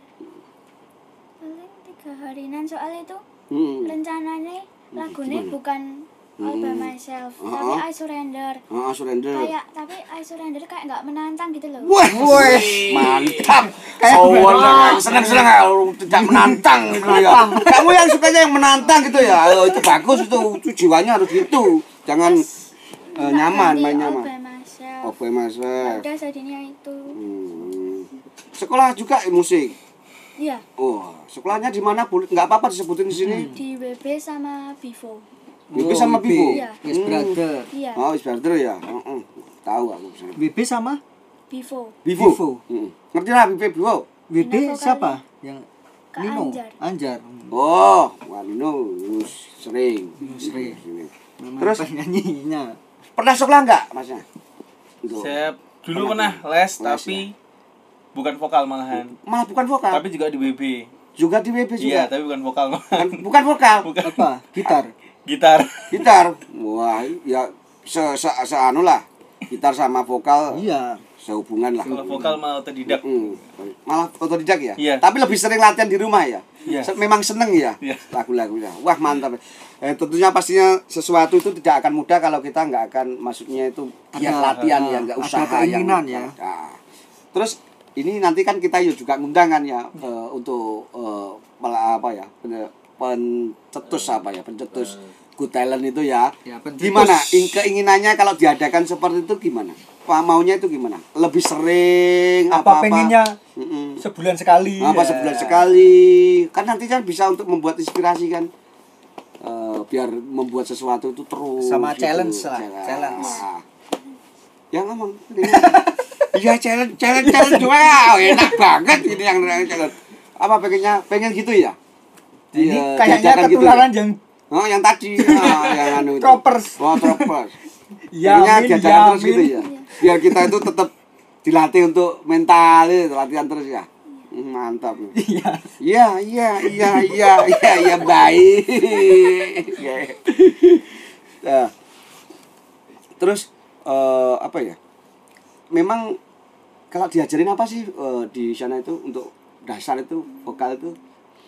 Paling tiga harian soalnya itu Hmm. rencananya lagunya gimana? bukan All by Hmm. Myself, Oh, tapi oh. I Surrender. Oh, surrender. Kayak tapi I Surrender kayak nggak menantang gitu loh. Wah, mantap. Kayak senang-senang kalau tidak menantang gitu ya. Kamu yang sukanya yang menantang gitu ya. Oh, itu bagus itu. Itu jiwanya harus gitu. Jangan eh, Nggak nyaman, ganti main All nyaman. by Myself. Oke, Mas. Ya udah jadinya itu. Hmm. Sekolah juga musik. Iya, Oh, sekolahnya di mana? Boleh nggak apa-apa disebutin di sini. di W B sama Vivo. W B sama Bibo. Iya. Yes, brother. Iya, Oh, is brother ya. Heeh. Tahu aku. W B sama Vivo. Bibo. Vivo. Heeh. Ngerti lah Bibo. Bibo. W B Vokal. siapa? Yang Kak Nino. Anjar. Anjar. Oh, wah Nino Nus sering. Sering. Sering. Terus Terus nyanyinya. pernah sekolah enggak, Masnya? Untuk- Saya dulu pernah les, Les, tapi bukan vokal malahan. Malah bukan vokal. Tapi juga di W B. juga di W B Iya, juga. tapi bukan vokal malahan. Bukan, bukan vokal. Apa? Gitar. Gitar. Gitar. Wah, ya se, se, se anu lah. Gitar sama vokal Iya. sehubungan lah. Kalau vokal mau otodidak. Mm. Malah otodidak ya? Iya. Tapi lebih sering latihan di rumah ya? Iya. Se- Memang seneng ya? Iya. Lagu-lagunya. Wah mantap. Eh, tentunya pastinya sesuatu itu tidak akan mudah kalau kita nggak akan, maksudnya itu giat Ada, latihan ada. ya, nggak Ada usaha keinginan yang ya. Nah. Terus ini nanti kan kita juga ngundang kan ya eh, untuk eh, mela- apa ya pen- pencetus apa ya pencetus good talent itu ya. Ya, pencetus. Gimana In- keinginannya kalau diadakan seperti itu gimana? Pak maunya itu gimana? Lebih sering Apa apa, pengennya Mm-mm. sebulan sekali? apa ya. sebulan sekali kan nanti kan bisa untuk membuat inspirasi kan. Eh, biar membuat sesuatu itu terus Sama gitu. challenge lah, challenge. Ah. Ya ngomong iya challenge challenge challenge wow, enak banget ini yang challenge apa pengennya pengen gitu ya. Ini Iya, kayaknya jajakan gitu ketularan ya? yang Oh yang tadi ah, yang anu itu. Troopers. Oh troopers. Yamin, Pengennya diajarkan terus gitu yamin. ya. Biar kita itu tetap dilatih untuk mental itu latihan terus ya. Hmm, mantap. Iya. Iya, iya, iya, iya, iya, iya, baik. Iya. Nah, terus eh, apa ya? Memang kalau diajarin apa sih eh, di sana itu untuk dasar itu vokal itu?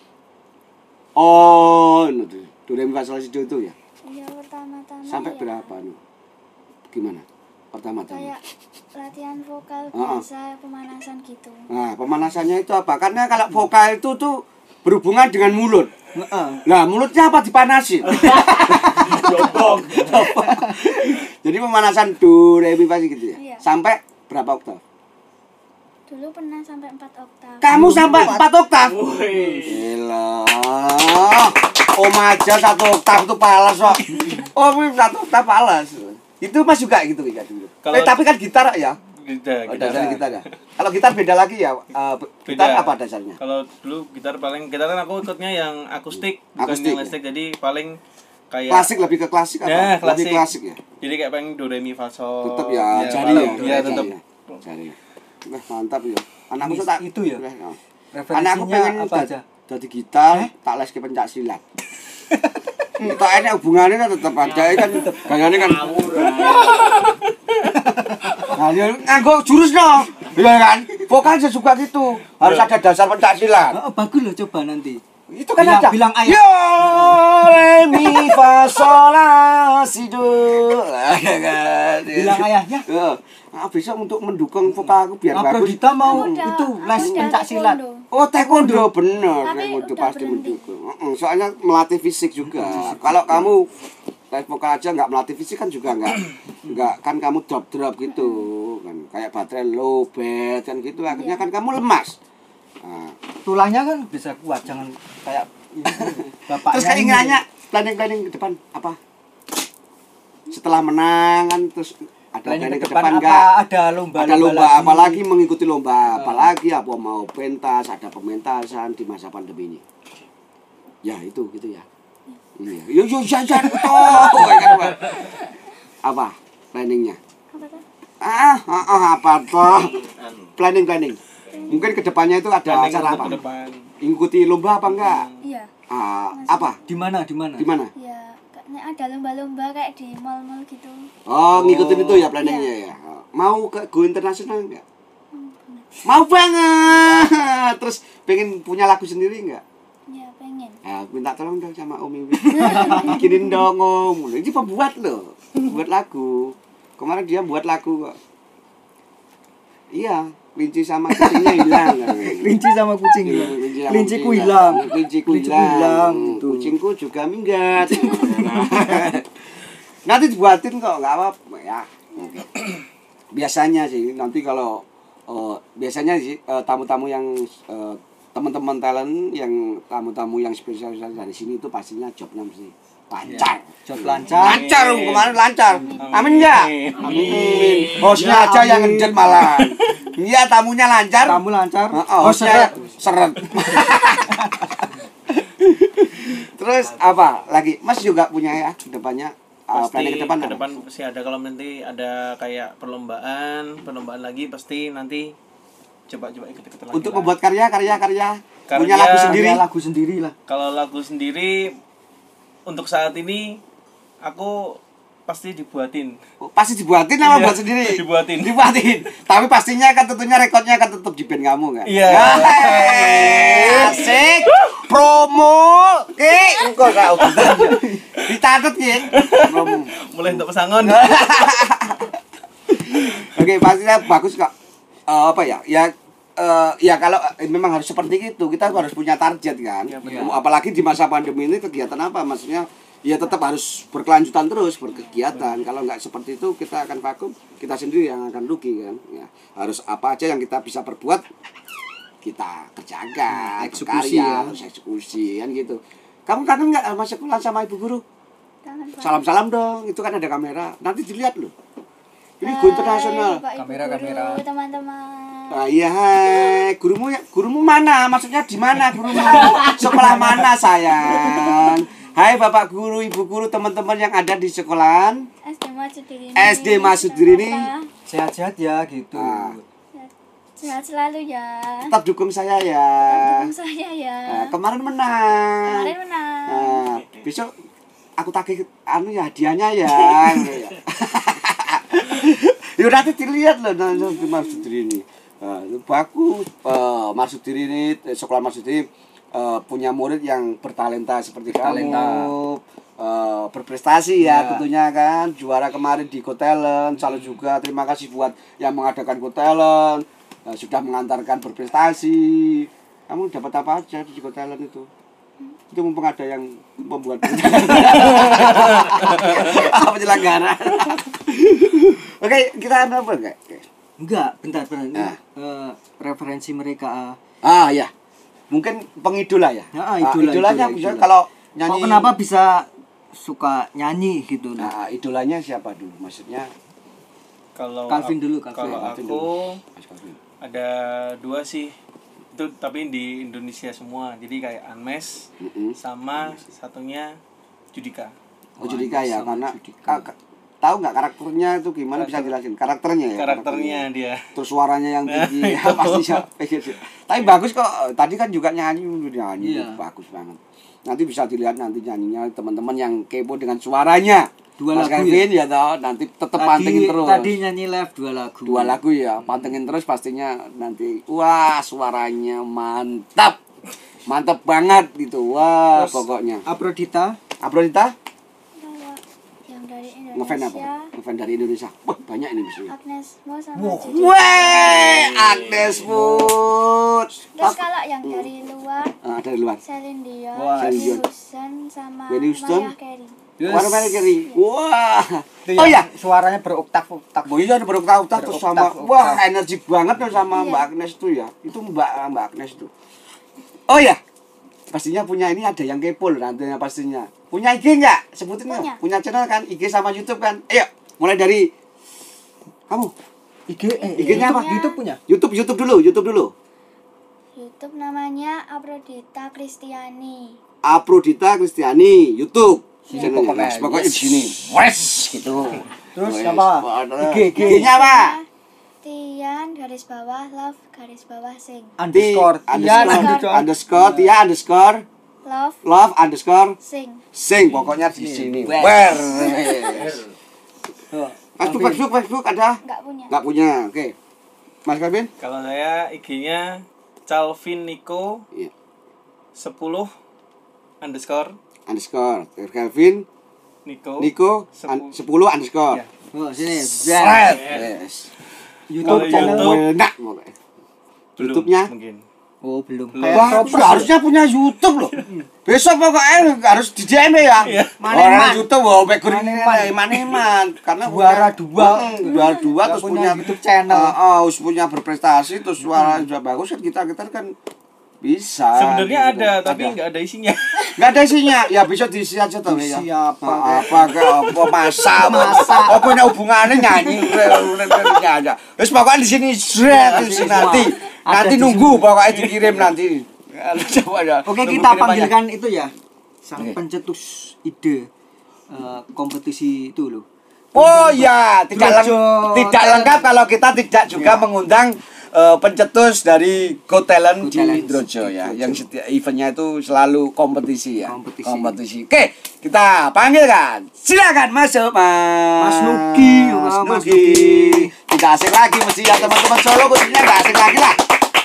Oh, itu do re mi fa sol la si do itu ya. Iya, pertama-tama Sampai ya, berapa nih? Gimana? Pertama-tama. kayak latihan vokal Ah, ah. biasa, pemanasan gitu. Nah, pemanasannya itu apa? Karena kalau vokal itu tuh berhubungan dengan mulut. Heeh. Nah, mulutnya apa dipanasin? Jadi pemanasan do re mi fa gitu ya. Iya. Sampai berapa oktav? Dulu pernah sampai empat oktav. Kamu sampai empat oktav? Gila. Om aja satu oktav itu palas kok. Oh, ini satu oktav palas. Itu Mas juga gitu ya dulu. Kalau- Eh, tapi kan gitar ya. Gitar, Oh, gitar. dasarnya gitar ya. Kalau gitar beda lagi ya. Eh, gitar Beda. apa dasarnya? Kalau dulu gitar paling gitar kan aku ikutnya yang akustik, bukan Akustik, yang ya? listrik. Jadi paling kayak Klasik lebih ke klasik apa? Nah, klasik. Lebih klasik ya. Jadi kayak paling do re mi fa sol. Tetap ya, jari paling- ya. Iya, tetap. Jari. Wah, mantap ya. Anakku Ini- tuh tak itu ya? Wah, ya. Referensinya Anakku pengen apa dad- aja? Dadi gitar, tak les ke pencak silat. Tak enak hubungannya kan tetap ada kan gayane kan. Nah, dia nganggo jurus no. Iya kan? Vokal saya suka gitu. Harus ada dasar pencaksilat. Oh, bagus loh, coba nanti. Itu kan Bilang- ada. bilang ayat. Yo, re mi fa sol la si do. Ya kan. Bilang ayahnya. Heeh. Ah, besok untuk mendukung vokal aku biar Abra bagus. Dita mau Aku udah- itu aku les udah pencak silat. taekwondo. Oh, taekwondo bener. Tapi Taekwondo udah pasti berhenti. mendukung. Heeh, soalnya melatih fisik juga. Kalau kamu les vokal aja nggak melatih fisik kan juga nggak nggak kan kamu drop drop gitu kan kayak baterai low bat kan gitu akhirnya kan kamu lemas. Nah, Tulangnya kan bisa kuat, jangan kayak ini, bapaknya. terus ini. keinginannya planning-planning ke depan apa? Setelah menang kan terus ada Planning planning ke ke depan depan apa? enggak? Ada lomba Ada lomba lagi. apalagi mengikuti lomba apalagi apa mau pentas, ada pementasan di masa pandemi ini. Ya itu gitu ya. Iya. Yo yo jajan toh. Apa planningnya? Apa tuh? Ah, ah, ah, apa toh? Planning planning. Mungkin kedepannya itu ada Planning acara untuk apa? ke depan. Ikuti lomba apa enggak? Iya. Ah, apa? Di mana? Di mana? Di mana? Ya, kayaknya ada lomba-lomba kayak di mall-mall gitu. Oh, ngikutin itu ya planningnya ya. Mau ke go internasional enggak? Mau banget. Terus pengen punya lagu sendiri enggak? Ya, pengen. Ah, minta tolong dong sama Om Iwi. Bikinin dong Om. Ini pembuat loh. Buat lagu. Kemarin dia buat lagu kok. Iya, kelinci sama kucingnya hilang. Kelinci sama kucing. Iya, kelinci sama Kelinciku kucing hilang. Kelinciku Kelinciku hilang. hilang. Hmm, Tuh. Kucingku juga minggat. Nanti dibuatin kok, nggak apa-apa ya. Oke. Biasanya sih nanti kalau eh, biasanya sih eh, tamu-tamu yang eh, teman-teman talent yang tamu-tamu yang spesial dari sini itu pastinya jobnya mesti lancar. Job lancar. Lancar kemarin lancar. Amin ya. Amin. Hostnya Ya, aja yang amin. ngejet malah. Iya tamunya lancar. Kamu lancar. Oh, hostnya seret. Terus apa lagi? Mas juga punya ya kedepannya uh, Pasti planning ke depan. ke apa? depan pasti ada kalau nanti ada kayak perlombaan, perlombaan lagi pasti nanti coba-coba ikut-ikut lagi. Untuk lah. membuat karya, karya, karya, Karya, punya lagu sendiri. Punya lagu sendiri lah. Kalau lagu sendiri untuk saat ini aku pasti dibuatin. Oh, pasti dibuatin apa Iya, buat sendiri? dibuatin. Dibuatin. Tapi pastinya kan tentunya rekodnya kan tetap di band kamu kan? Iya. Yeay, asik. Promo. Oke, engko kau. Dicatat ya. Promo. Mulai untuk pesangon. Oke, pastinya bagus kok. Eh, apa ya? Ya eh, ya kalau eh, memang harus seperti itu, kita harus punya target kan. Iya, benar. Apalagi di masa pandemi ini kegiatan apa? Maksudnya ya tetap harus berkelanjutan terus berkegiatan. Kalau nggak seperti itu kita akan vakum, kita sendiri yang akan rugi kan. Ya, harus apa aja yang kita bisa perbuat kita kerjakan, Eksekusi berkarya, ya. harus eksekusi kan gitu. Kamu kangen nggak sama sekolah sama ibu guru? Kangen banget. Salam-salam dong, itu kan ada kamera. Nanti dilihat loh. Ini Hai, go internasional. Bapak Ibu Kamera, guru, kamera. teman-teman. Ah, iya, hai. Gurumu ya, gurumu mana? Maksudnya di mana gurumu? Sekolah mana, sayang? Hai Bapak guru, Ibu guru, teman-teman yang ada di sekolahan. S D Masudrini. S D Masudrini. Sehat-sehat ya gitu. Ah. Sehat selalu ya. Tetap dukung saya ya. Tetap dukung saya ya. Nah, kemarin menang. Kemarin menang. Nah, besok aku tagih anu ya hadiahnya ya. Yuk nanti dilihat loh nanti Marsudiri ini. Nah, itu bagus. Uh, Marsudiri ini eh, sekolah Marsudiri uh, punya murid yang bertalenta seperti Bertalenta. kamu. Uh, berprestasi ya, Ya. tentunya kan juara kemarin di Got Talent. Salut juga terima kasih buat yang mengadakan Got Talent. Uh, sudah mengantarkan berprestasi. Kamu dapat apa aja di Got Talent itu? Itu mumpung ada yang membuat apa penyelenggara. Oke, kita apa enggak? Enggak, bentar, bentar. Ini, Ah. eh, referensi mereka. Ah ya, mungkin pengidola ya. Ah, Ah, idola, idolanya idola, bisa idola. kalau Kok nyanyi. kenapa bisa suka nyanyi gitu? Nah, Nah, idolanya siapa dulu? Maksudnya Kalau Calvin aku- dulu, Calvin. Kalau Calvin aku Mas Calvin. ada dua sih. Itu tapi di Indonesia semua. Jadi kayak Anmes Mm-mm. sama satunya Judika. Oh, Judika ya, sama karena Judika. Kak- tahu nggak karakternya itu gimana, bisa jelasin karakternya ya? Karakternya dia. Terus suaranya yang tinggi, ya, pasti siapa gitu. Tapi bagus kok. Tadi kan juga nyanyi, nyanyi Iya. bagus banget. Nanti bisa dilihat nanti nyanyinya teman-teman yang kepo dengan suaranya. Dua Mas lagu Kevin ya, toh nanti tetap pantengin terus. Tadi nyanyi live dua lagu. Dua lagu ya, pantengin terus pastinya nanti. Wah, suaranya mantap. Mantap banget gitu. Wah, Terus, pokoknya. Aprodita. Aprodita Kalau yang dari ngefan apa? Indonesia, Ngefan dari Indonesia. Wah, banyak ini mesti. Agnes Mo sama Wow. Cici. Weh, Agnes Food. Terus kalau yang dari luar, Ah, dari luar. Celine Dion, Wah, Celine Whitney Dion. Houston sama Whitney Houston. Mariah Carey. Yes. Warna merah kiri. Wah. Itu Oh yang ya. suaranya beroktav-oktav. Oh iya, ada beroktav-oktav terus sama. Beroktav-oktav. Wah, energi banget tuh sama Iya. Mbak Agnes tuh ya. Itu Mbak Mbak Agnes tuh. Oh ya. Pastinya punya ini ada yang kepo loh nantinya pastinya. Punya I G nggak? Sebutin nggak? Punya. Punya channel kan? I G sama YouTube kan? Ayo, mulai dari kamu. I G eh, I G-nya apa? YouTube punya. YouTube, YouTube dulu, YouTube dulu. YouTube namanya Aprodita Kristiani. Aprodita Kristiani, YouTube. Sini Channelnya. pokoknya. Mas, pokoknya di Yes. sini. Wes gitu. Terus Wes, apa? pada- I G, I G. I G-nya apa? Tian garis bawah love garis bawah sing. Underscore. Ti- Tian underscore, underscore. underscore, Tia underscore, Love love underscore, sing. sing. Pokoknya di sini. Wes. Wer. Tuh, Facebook, Alvin. Facebook, Facebook ada? Enggak punya. Nggak punya. Oke. Mas Kevin? Kalau saya I G-nya Calvin Nico Iya. sepuluh underscore Underscore. Kevin, Nico. Nico, an- sepuluh underscore. Iya. Oh, sini. Seret. Yes. YouTube Kalau channel. YouTube, Enak pokoknya. belum YouTube-nya? mungkin. Oh, belum. Belum. Kayak Wah, Tropes udah harusnya punya YouTube loh. Besok pokoknya harus di D M ya. Iya. Orang Maneman. YouTube wow background ini Maneman. maneman karena Juara punya- dua. Hmm, juara dua Nggak terus punya punya YouTube channel. Uh, oh, harus punya berprestasi terus suara juga bagus kan kita kita kan bisa. Sebenarnya gitu ada, kan. tapi nggak ada isinya. Nggak ada isinya. Ya bisa diisi aja tuh ya. Isi apa, Nah, apa ke apa masa masa. Oh punya hubungannya nyanyi. Nyanyi aja. Terus pokoknya di sini seret di sini nanti. Ada Nanti di nunggu pokoknya dikirim nanti. Coba ya. Oke, Nunggu kita kirimannya. panggilkan itu ya. Sang Oke. pencetus ide eh, kompetisi itu loh. Oh ya, tidak leng- Drojo. tidak lengkap kalau kita tidak juga Ya. mengundang eh, pencetus dari Go Talent Go di Talent. Drojo ya, Drojo. yang setiap eventnya itu selalu kompetisi ya. Kompetisi. Oke, kita panggilkan. Silakan masuk, Mas. Mas Nugi. Mas Oh, Mas Nugi. Nugi. Tidak asing lagi mesti ya teman-teman Solo khususnya tidak asing lagi lah.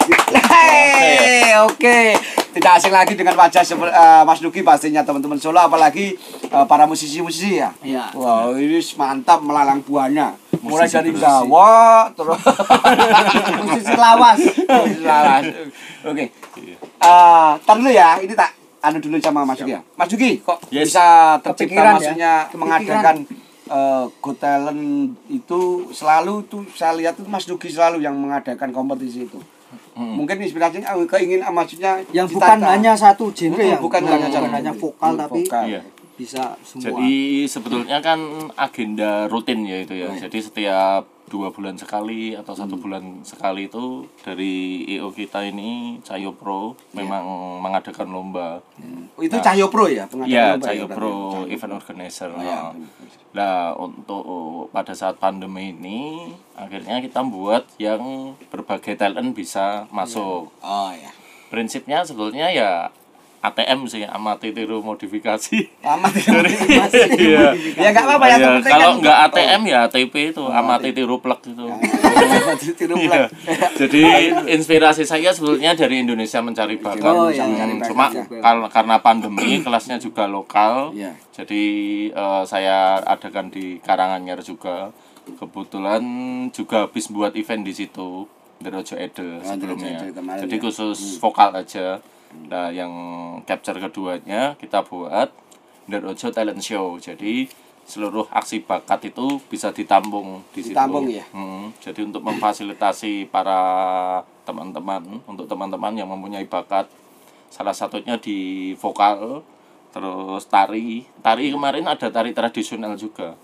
Hei, oke. Tidak asing lagi dengan wajah seper- eh, Mas Nugi pastinya teman-teman Solo apalagi eh, para musisi-musisi ya. Iya. Wow, ini mantap melalang buana. Mulai Musisi dari bersih. Jawa terus Musisi lawas. musisi lawas. Oke. Eh, tar dulu ya, ini tak anu dulu sama Mas Nugi ya. Mas Nugi, kok Yes. bisa tercipta Kepikiran ya? maksudnya Kepikiran. mengadakan eh, Go Talent itu selalu tuh saya lihat tuh Mas Nugi selalu yang mengadakan kompetisi itu. Mungkin inspirasinya eh, keinginan maksudnya Yang cita-cita. bukan hanya satu genre Hmm, ya, bukan hanya satu hanya genre. vokal Hmm, tapi vokal. Iya. bisa semua. Jadi sebetulnya kan agenda rutin ya itu ya. Jadi setiap dua bulan sekali atau satu bulan sekali itu dari I O kita ini Cahyo Pro memang mengadakan lomba. Oh, itu Cahyo Pro ya pengadakan Iya, lomba ya, Cahyo berarti? Pro Cahyo event Pro. organizer. Oh, iya. Nah, untuk pada saat pandemi ini akhirnya kita buat yang berbagai talent bisa masuk. Oh ya. Prinsipnya sebetulnya ya A T M sih, amati tiru modifikasi. Amat Iya. ya nggak apa-apa ya. Iya, penting kalau kan- nggak A T M ya A T P itu, Oh, amati tiru plek itu. Tiru Iya. plek. Jadi inspirasi saya sebetulnya dari Indonesia Mencari Bakat. Oh, Indonesia iya. Mencari Bakat, Cuma ya. kar- karena pandemi kelasnya juga lokal. Iya. Jadi eh, saya adakan di Karanganyar juga. Kebetulan juga habis buat event di situ, Drojo Ede sebelumnya. Drojo Ede kemarin Jadi ya. khusus vokal aja. Nah, yang capture keduanya kita buat Drojo Talent Show. Jadi seluruh aksi bakat itu bisa ditampung di situ. Ditampung ya? Hmm, jadi untuk memfasilitasi para teman-teman, untuk teman-teman yang mempunyai bakat, salah satunya di vokal, terus tari. Tari kemarin ada tari tradisional juga.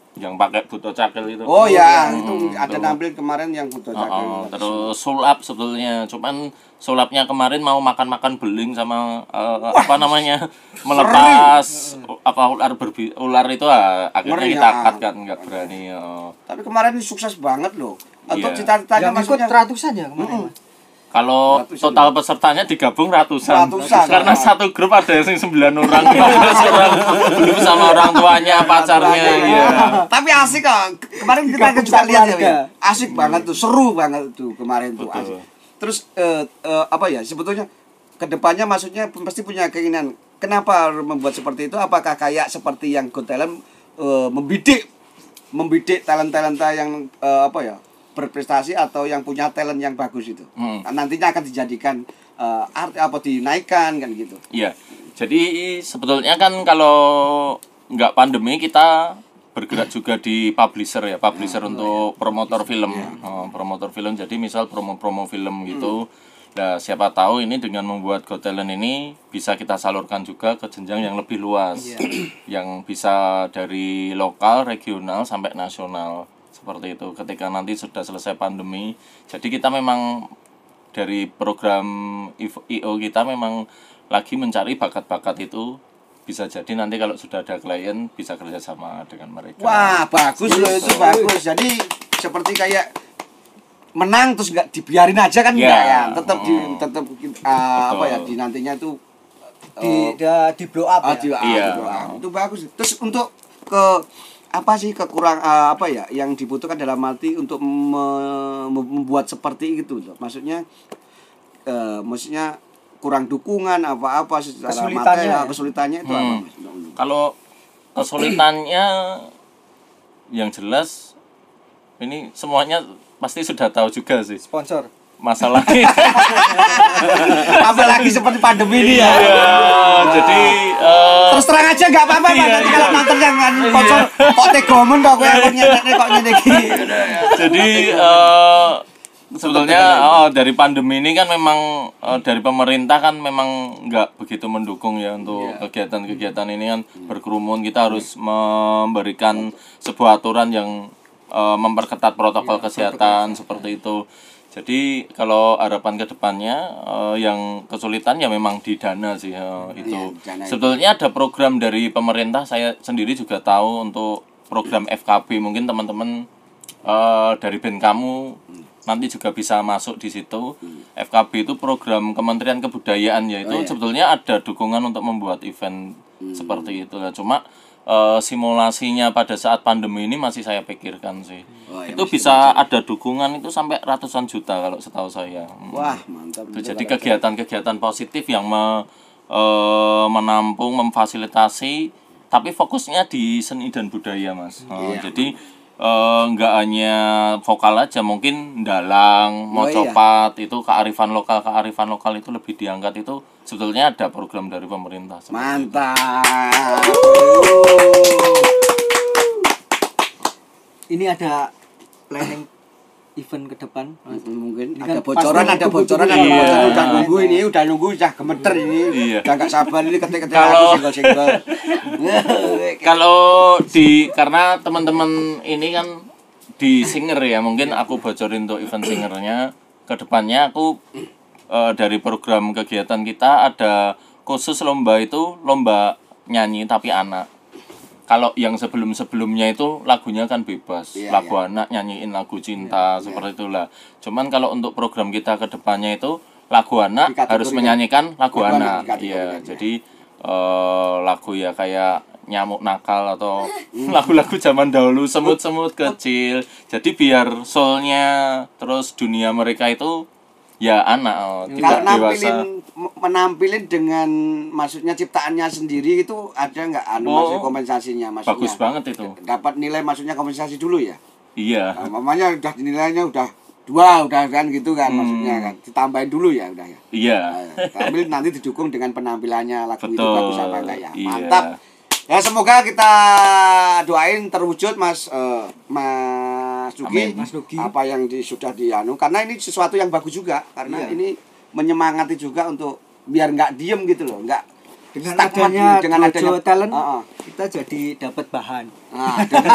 yang pakai buto cakil itu. Oh ya, Hmm, itu ada tuh. nampil kemarin yang butuh Oh, cakil. oh, terus sulap sebetulnya, cuman sulapnya kemarin mau makan-makan beling sama eh, apa namanya melepas apa ular berbi ular itu ah, akhirnya Ngeri, kita ah. cut kan nggak berani. Oh. Tapi kemarin ini sukses banget loh. Untuk Iya. cita-citanya Yang ikut maksudnya ratusan ya kemarin, Mm-mm. Mas? Kalau Ratusan. total pesertanya digabung ratusan, Ratusan. karena satu grup ada yang sembilan orang, lima belas orang, belum sama orang tuanya, pacarnya, ya. Tapi asik kok. Kemarin kita Gabung juga satu lihat ya. warga. Wi. Asik banget tuh, seru banget tuh kemarin tuh. Betul. Asik. Terus eh, eh, apa ya? Sebetulnya kedepannya maksudnya pasti punya keinginan. Kenapa membuat seperti itu? Apakah kayak seperti yang Got Talent eh, membidik membidik talent-talenta yang eh, apa ya? Berprestasi atau yang punya talent yang bagus itu. Hmm. Nantinya akan dijadikan eh, art apa dinaikkan kan gitu. Iya, jadi sebetulnya kan kalau nggak pandemi kita bergerak juga di publisher ya, publisher untuk promotor film, oh, promotor film. Jadi misal promo-promo film gitu. Nah, siapa tahu ini dengan membuat Got Talent ini bisa kita salurkan juga ke jenjang yang lebih luas, yang bisa dari lokal, regional sampai nasional seperti itu. Ketika nanti sudah selesai pandemi, jadi kita memang dari program I O kita memang lagi mencari bakat-bakat itu, bisa jadi nanti kalau sudah ada klien bisa kerjasama dengan mereka. Wah, bagus loh itu bagus. Jadi seperti kayak menang terus nggak dibiarin aja kan Ya. enggak ya. Tetap di Mm. tetap uh, apa ya Betul. di nantinya itu Di dia di blow up ah, ya. di, ah, Iya. di- ah, itu bagus. Terus untuk ke apa sih kekurang uh, apa ya yang dibutuhkan dalam arti untuk me- membuat seperti itu loh. Maksudnya uh, maksudnya kurang dukungan apa-apa secara Kesulitannya materi, ya? kesulitannya itu apa Hmm. Mas? Kalau kesulitannya yang jelas ini semuanya pasti sudah tahu juga sih Sponsor. masalahnya. Apalagi seperti pandemi ini ya. Iya, jadi eh, Terus terang aja nggak apa-apa Pak. Iya, Nanti iya. kalau nonton jangan sponsor kok tegomen kok kowe kok nyedekne kok nyedeki. jadi eh, sebetulnya oh, dari pandemi ini kan memang eh, dari pemerintah kan memang nggak begitu mendukung ya untuk kegiatan-kegiatan ini kan berkerumun. Kita harus memberikan sebuah aturan yang eh, memperketat protokol kesehatan seperti itu. Jadi kalau harapan ke depannya eh, yang kesulitan ya memang di dana sih eh, itu. Iya, dana itu. Sebetulnya ada program dari pemerintah, saya sendiri juga tahu untuk program F K B. Mungkin teman-teman eh, dari band kamu nanti juga bisa masuk di situ. F K B itu program Kementerian Kebudayaan, yaitu Oh, iya. sebetulnya ada dukungan untuk membuat event seperti itu. Nah, cuma eh, simulasinya pada saat pandemi ini masih saya pikirkan sih. Oh, iya, Itu masih bisa ada dukungan itu sampai ratusan juta kalau setahu saya. Hmm. Wah, mantap. Itu jadi kegiatan-kegiatan positif yang me- eh, menampung, memfasilitasi, tapi fokusnya di seni dan budaya, Mas. Oh, Iya. Jadi eh, nggak hanya vokal aja, mungkin dalang, Oh, iya. mocopat, itu kearifan lokal, kearifan lokal itu lebih diangkat. Itu sebetulnya ada program dari pemerintah. Mantap. Ini ada planning event ke depan, Mas. Mungkin Ini ada kan bocoran, pasti ada tunggu-tunggu bocoran, ada Iya. bocoran. Udah nunggu ini, udah nunggu, udah gemeter ini. Iya. Udah nggak sabar ini ketik-ketik Kalau- aku single-single. Kalau di karena teman-teman ini kan di singer ya, mungkin aku bocorin untuk event singernya. Kedepannya aku eh, dari program kegiatan kita ada khusus lomba itu lomba nyanyi tapi anak. Kalau yang sebelum-sebelumnya itu lagunya kan bebas, Iya, lagu anak nyanyiin lagu cinta seperti itulah. Cuman kalau untuk program kita kedepannya itu lagu anak Dikategorikan. harus menyanyikan lagu, Lagu anak anak. dikategorikan, Iya, ya. jadi eh, lagu ya kayak nyamuk nakal atau lagu-lagu zaman dahulu, semut-semut kecil. Jadi biar soulnya terus dunia mereka itu ya anak, oh, Kalau tidak dewasa. nampilin m- menampilin dengan maksudnya ciptaannya sendiri itu ada nggak anu Oh, maksudnya kompensasinya maksudnya Bagus banget itu. dapat nilai maksudnya kompensasi dulu ya. Iya. Nah, mamanya udah nilainya udah dua udah kan gitu kan Hmm. maksudnya kan ditambahin dulu ya udah ya. Iya. Nah, tapi nanti didukung dengan penampilannya lagu itu Betul. bagus apa enggak ya. Iya. Mantap. Ya semoga kita doain terwujud Mas eh, Mas Dugi, Amin. Mas Dugi. apa yang di, sudah dianu karena ini sesuatu yang bagus juga karena Iya. ini menyemangati juga untuk biar nggak diem gitu loh, nggak Dengan stagnan adanya dengan Dojo adanya Talent, Heeh. kita jadi dapat bahan. Nah,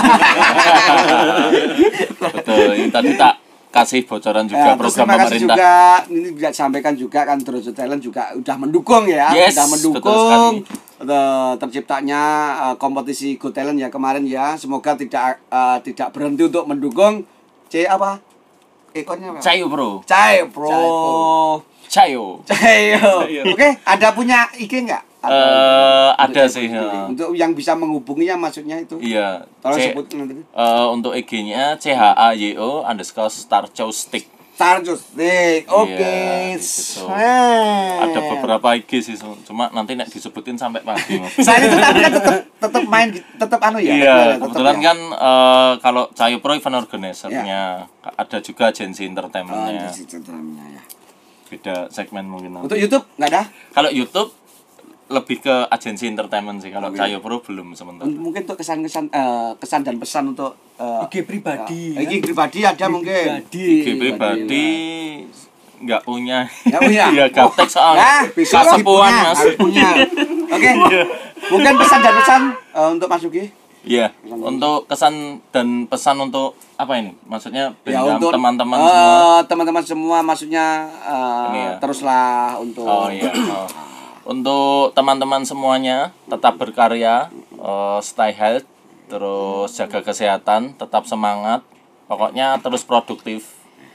Betul. Ini tadi tak kasih bocoran juga ya, terus program terima kasih pemerintah. juga ini bisa sampaikan juga kan Dojo Talent juga udah mendukung ya, Yes, udah betul mendukung eh, terciptanya eh, kompetisi Go Talent ya kemarin ya. Semoga tidak eh, tidak berhenti untuk mendukung C apa? Ekornya apa? Cayo Pro. Cayo Pro. Cayo. Cayo. Oke, ada punya I G nggak? Atau Eh, untuk ada Cayo sih, sendiri? ya. Untuk yang bisa menghubunginya maksudnya itu. Iya. Tolong C- sebut nanti. eh, untuk I G-nya C H A Y O underscore star stick. Starjustik. Oke. Iya, gitu. Eh. Ada beberapa I G sih, cuma nanti nek disebutin sampai pagi. Mas. Saya itu tapi kan tetap tetap main tetap anu ya. Iya, tetap kebetulan ya. kan eh, kalau Cayo Pro event organizer-nya ada juga agensi Oh, entertainment-nya. di situ dalamnya ya. Beda segmen mungkin. nanti. Untuk YouTube nggak ada? Kalau YouTube lebih ke agensi entertainment sih. Kalau Oke. Cayo Pro belum sementara. Untuk- Mungkin untuk kesan-kesan eh, kesan dan pesan untuk eh, I G pribadi. ya. I G pribadi ada mungkin. I G pribadi nggak punya. Nggak punya? Iya, gaptek soalnya. Nah, besok Kasepuan, punya, Mas. harus punya. Oke. Mungkin pesan dan pesan eh, untuk Mas Yuki. Iya, untuk kesan dan pesan untuk apa ini? Maksudnya Ya band untuk teman-teman eh, semua. teman-teman semua maksudnya eh, Ini ya. teruslah untuk Oh iya. oh. Untuk teman-teman semuanya tetap berkarya, eh, stay health, terus jaga kesehatan, tetap semangat. Pokoknya terus produktif.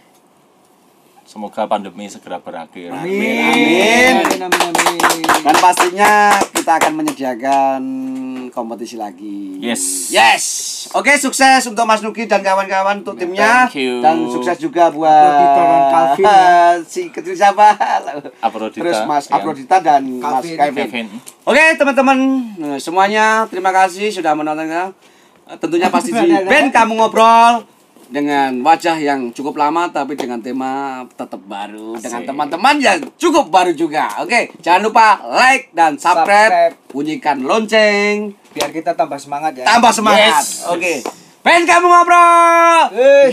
Semoga pandemi segera berakhir. Amin. Amin, amin, amin. Dan pastinya kita akan menyediakan kompetisi lagi. Yes. Yes. Oke, sukses untuk Mas Nuki dan kawan-kawan untuk timnya. Thank you. Dan sukses juga buat Aprodita dan Calvin, ya. si kecil siapa? Aprodita, Terus Mas ya. Aprodita dan Mas Calvin. Kevin. Kevin. Oke, teman-teman eh, semuanya terima kasih sudah menonton. Eh, Tentunya pasti di band Kamu Ngobrol dengan wajah yang cukup lama tapi dengan tema tetap baru dengan Asik. teman-teman yang cukup baru juga. Oke, jangan lupa like dan subscribe, Subscribe. bunyikan lonceng, Biar kita tambah semangat ya. tambah semangat. Yes. Oke, band Kamu Ngobrol. Yes.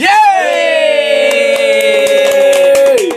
Yeay!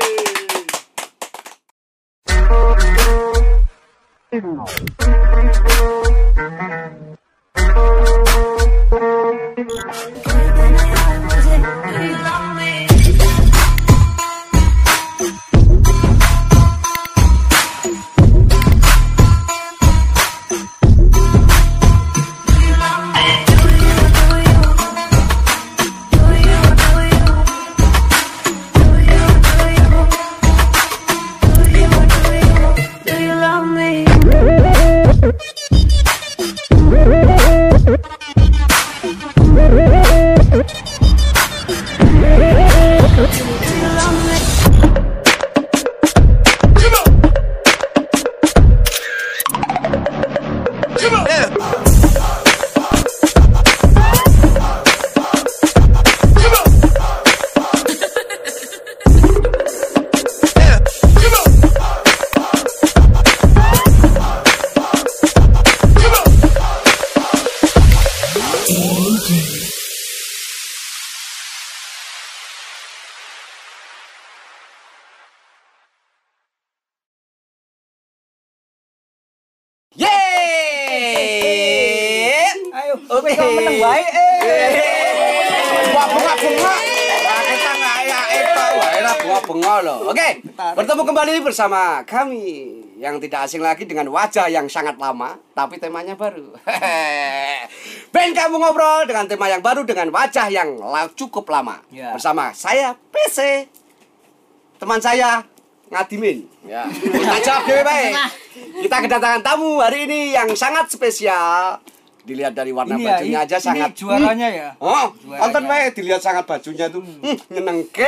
Yeay! Ayo, Oke. kita menang baik. Bunga bunga bunga. Kita nggak ya itu, wah bunga bunga loh. Oke, bertemu kembali bersama kami yang tidak asing lagi dengan wajah yang sangat lama, tapi temanya baru. Band Kamu Ngobrol dengan tema yang baru dengan wajah yang la- cukup lama. Ya. Bersama saya P C, teman saya Ngadimin. Ya. Kita jawab dewe baik. Kita kedatangan tamu hari ini yang sangat spesial. Dilihat dari warna Ini ya, bajunya ini- aja ini sangat juaranya ya. Oh, Juaranya. tonton wae dilihat sangat bajunya tuh. Hmm, nyenengke.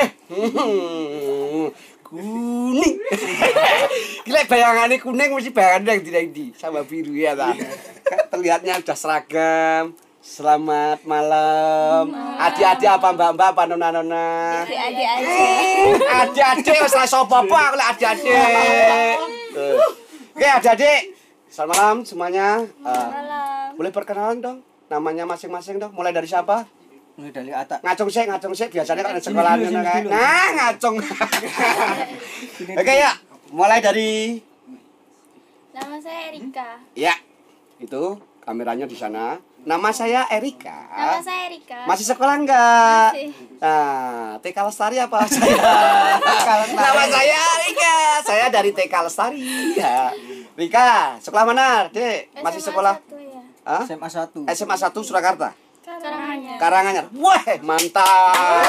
Hmm, kuning. Gila bayangannya kuning mesti bayangannya yang tidak di sama biru ya ta. Terlihatnya udah seragam. Selamat malam. Adik-adik apa mbak-mbak apa nona-nona? Adik-adik aja. Adik-adik wis ra sapa apa aku lek adik-adik. Tuh. Oke, adik-adik. Selamat malam semuanya. Eh, Malam. boleh perkenalan dong? Namanya masing-masing dong. Mulai dari siapa? Mulai dari atas. Ngacung sih, ngacung sih. Biasanya kan ada Sini sekolah dulu, sini kan. dulu. Nah, ngacung. Oke ya, mulai dari Nama saya Erika. Ya, itu kameranya di sana. Nama saya Erika. Nama saya Erika. Masih sekolah enggak? Masih. Nah, T K Lestari apa saya? Nama saya Rika. Saya dari T K Lestari. Ya. Rika, sekolah mana, Dek? Masih S M A sekolah? satu ya. Hah? S M A satu. S M A satu Surakarta. Karanganyar. Karanganyar. Wah, mantap.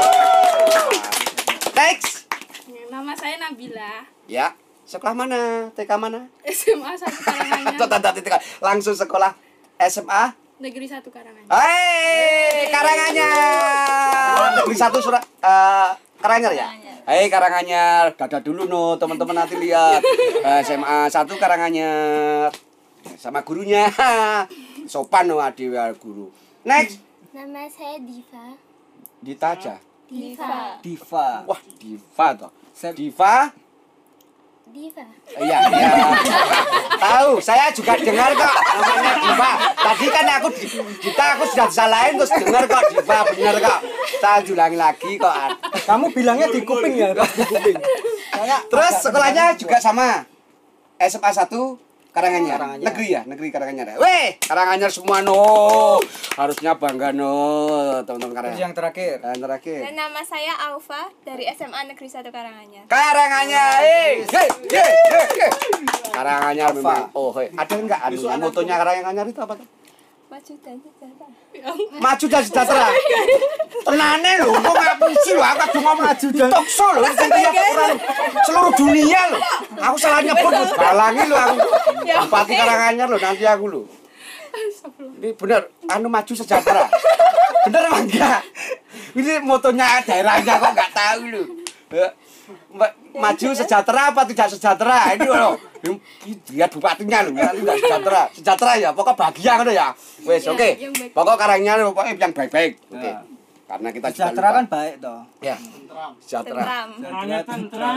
Next. Nama saya Nabila. Ya, sekolah mana? T K mana? S M A satu Karanganyar. Tata titik langsung sekolah S M A Negeri satu Karanganyar. Hei, Karanganyar. Negeri satu Surat uh, Karanganyar ya? Hei Karanganyar, dadah dulu no, teman-teman nanti lihat. S M A satu Karanganyar. Sama gurunya. Sopan no adik guru. Next. Nama saya Diva. Dita aja. Diva. Diva. Wah, Diva toh. Saya- Diva. Diva. Iya, iya. Tahu, saya juga dengar kok namanya Diva. Tadi kan aku di- Dita aku sudah disalahin terus dengar kok Diva, bener kok. Saya ulangi lagi kok. Kamu bilangnya di kuping ya, Kak? Di kuping. Saya Terus sekolahnya juga sama. S M A satu Karanganyar. Karanganyar. Negeri ya, negeri Karanganyar. Weh, Karanganyar semua no. Harusnya bangga no, teman-teman Terus Karanganyar. yang terakhir. Dan terakhir. Dan nama saya Aufa dari S M A Negeri satu Karanganyar. Karanganyar. Hei, hei, hei, hei, hei. Karanganyar memang. Oh, hei. Ada enggak anu motonya Karanganyar itu apa tuh? Maju dan sejahtera. Maju dan sejahtera. Tenane lho, kok ngapusi lho, aku kadung ngomong maju dan tokso lho, setiap orang seluruh dunia lho. Aku salah nyebut lho, balangi lho aku. Bupati Karanganyar lho, nanti aku lho. Ini bener, anu maju sejahtera. Bener apa enggak? Ini motonya daerahnya kok enggak tahu lho. Eh, Ma- Maju sejahtera apa tidak sejahtera? Ini lho. Lihat bupatinya lho, ya tidak sejahtera. Sejahtera ya, pokok bahagia ngono ya. Wes, Iya, oke. yang baik. Pokok Karanganyar pokoknya yang baik-baik. Oke. Ya. Karena kita juga Sejahtera lupa. kan baik toh. Ya. Sejahtera. Tentram.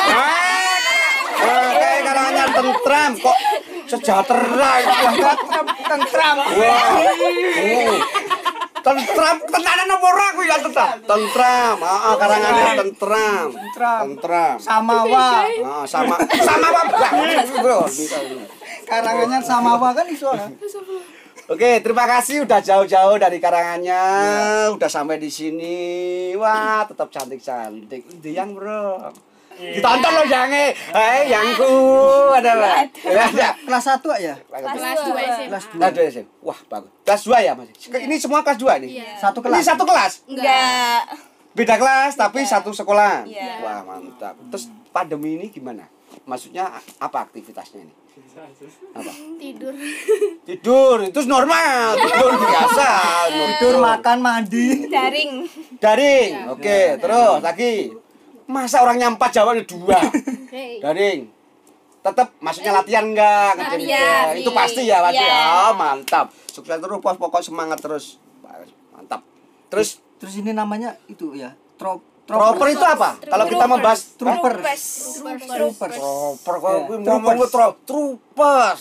Oke, Karanganyar tentram kok sejahtera tentram. Wah. Oh. Tentram, tenanan apa ora kuwi ya tentram? Tentram. Heeh, Karanganyar tentram. Tentram. Samawa. Nah, sama sama apa? Bro. Karanganyar Samawa kan iso lah. Oke, terima kasih udah jauh-jauh dari Karanganyar, udah sampai di sini. Wah, tetap cantik-cantik. Ini yang bro. Ditonton loh jange. Hei, yangku ada apa? Ya, ada. Kelas satu ya? Kelas dua S M A. Kelas dua. Kelas dua S M. Wah, bagus. Kelas dua ya, Mas? Ini semua kelas dua nih? Iya. Satu Ini kelas. satu kelas? Enggak. Beda kelas tapi satu sekolah. Iya. Wah, mantap. Terus pandemi ini gimana? Maksudnya apa aktivitasnya ini? Apa? Tidur. Tidur, itu normal. Tidur biasa. Tidur, makan, mandi. Daring. Daring. Oke, terus lagi. Masa orangnya empat jawabnya dua. Hei. Daring. Tetap maksudnya latihan enggak? Ngerjain Latihan. enggak? Itu pasti ya, pasti. Iya. Oh, mantap. Sukses terus, pokok pokok semangat terus. Mantap. Terus Terus ini namanya itu ya. Trop troper itu apa? Kalau kita membahas Trooper. Troopers. troper kalau Ya, gue ngomong gue tro troopers.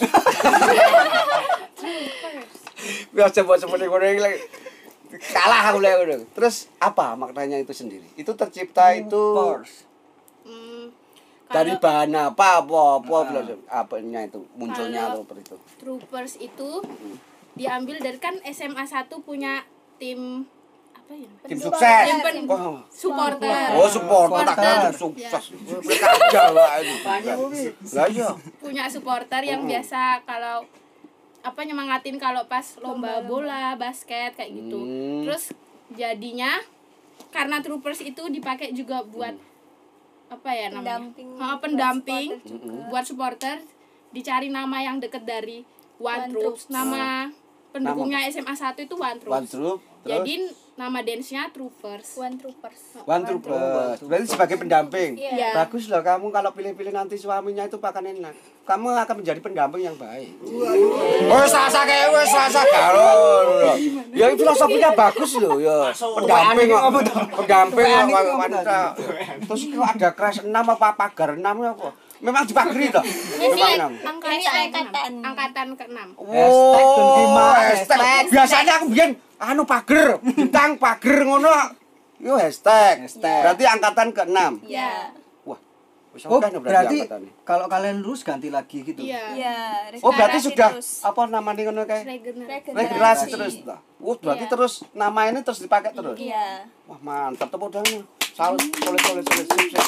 Biar coba seperti gue lagi. Kalah aku lagi. Terus apa maknanya itu sendiri? Itu tercipta itu Troopers. Hmm, dari kalau bahan apa apa apa apanya itu munculnya Kalau- atau itu troopers itu diambil dari kan S M A satu punya tim apa ya? tim sukses. Tim pen- Wah. supporter. Oh supporter tak Supporter. tim sukses. Mereka aja lah itu. Lah iya. Punya supporter yang biasa kalau apa nyemangatin kalau pas lomba bola, basket kayak gitu. Hmm. Terus jadinya karena troopers itu dipakai juga buat apa ya namanya? Pendamping. Oh, pendamping Buat supporter juga. buat supporter, dicari nama yang deket dari One, One Troops. Troops. Nama pendukungnya S M A satu itu One Troops. One troop. Terus Jadi nama dance-nya Troopers. One Troopers. One troopers. Berarti sebagai pendamping. Iya. Bagus loh kamu kalau pilih-pilih nanti suaminya itu pakan enak. Kamu akan menjadi pendamping yang baik. Wes rasa kayak wes rasa kalau. Ya itu filosofinya bagus loh ya. Pendamping kok. Pendamping kok wanita. Terus kok ada kelas enam apa pagar enam apa? Memang dipagari toh. Memang enam. Ini angkatan. Angkatan keenam. Hashtag dan lima, hashtag. Biasanya aku bikin anu pager, bintang pager ngono. Yo hashtag. Hashtag. Berarti angkatan keenam. Iya. Wis Oh, akeh no berarti angkatane. kalau kalian lulus ganti lagi gitu. Iya. Iya, Oh, berarti regenerasi sudah terus. apa namanya ngono kayak Regenerasi. regenerasi terus. Oh, berarti Iya. terus nama ini terus dipakai terus. Iya. Wah, mantap tepuk tangan. Salut, solid solid solid sip, sip.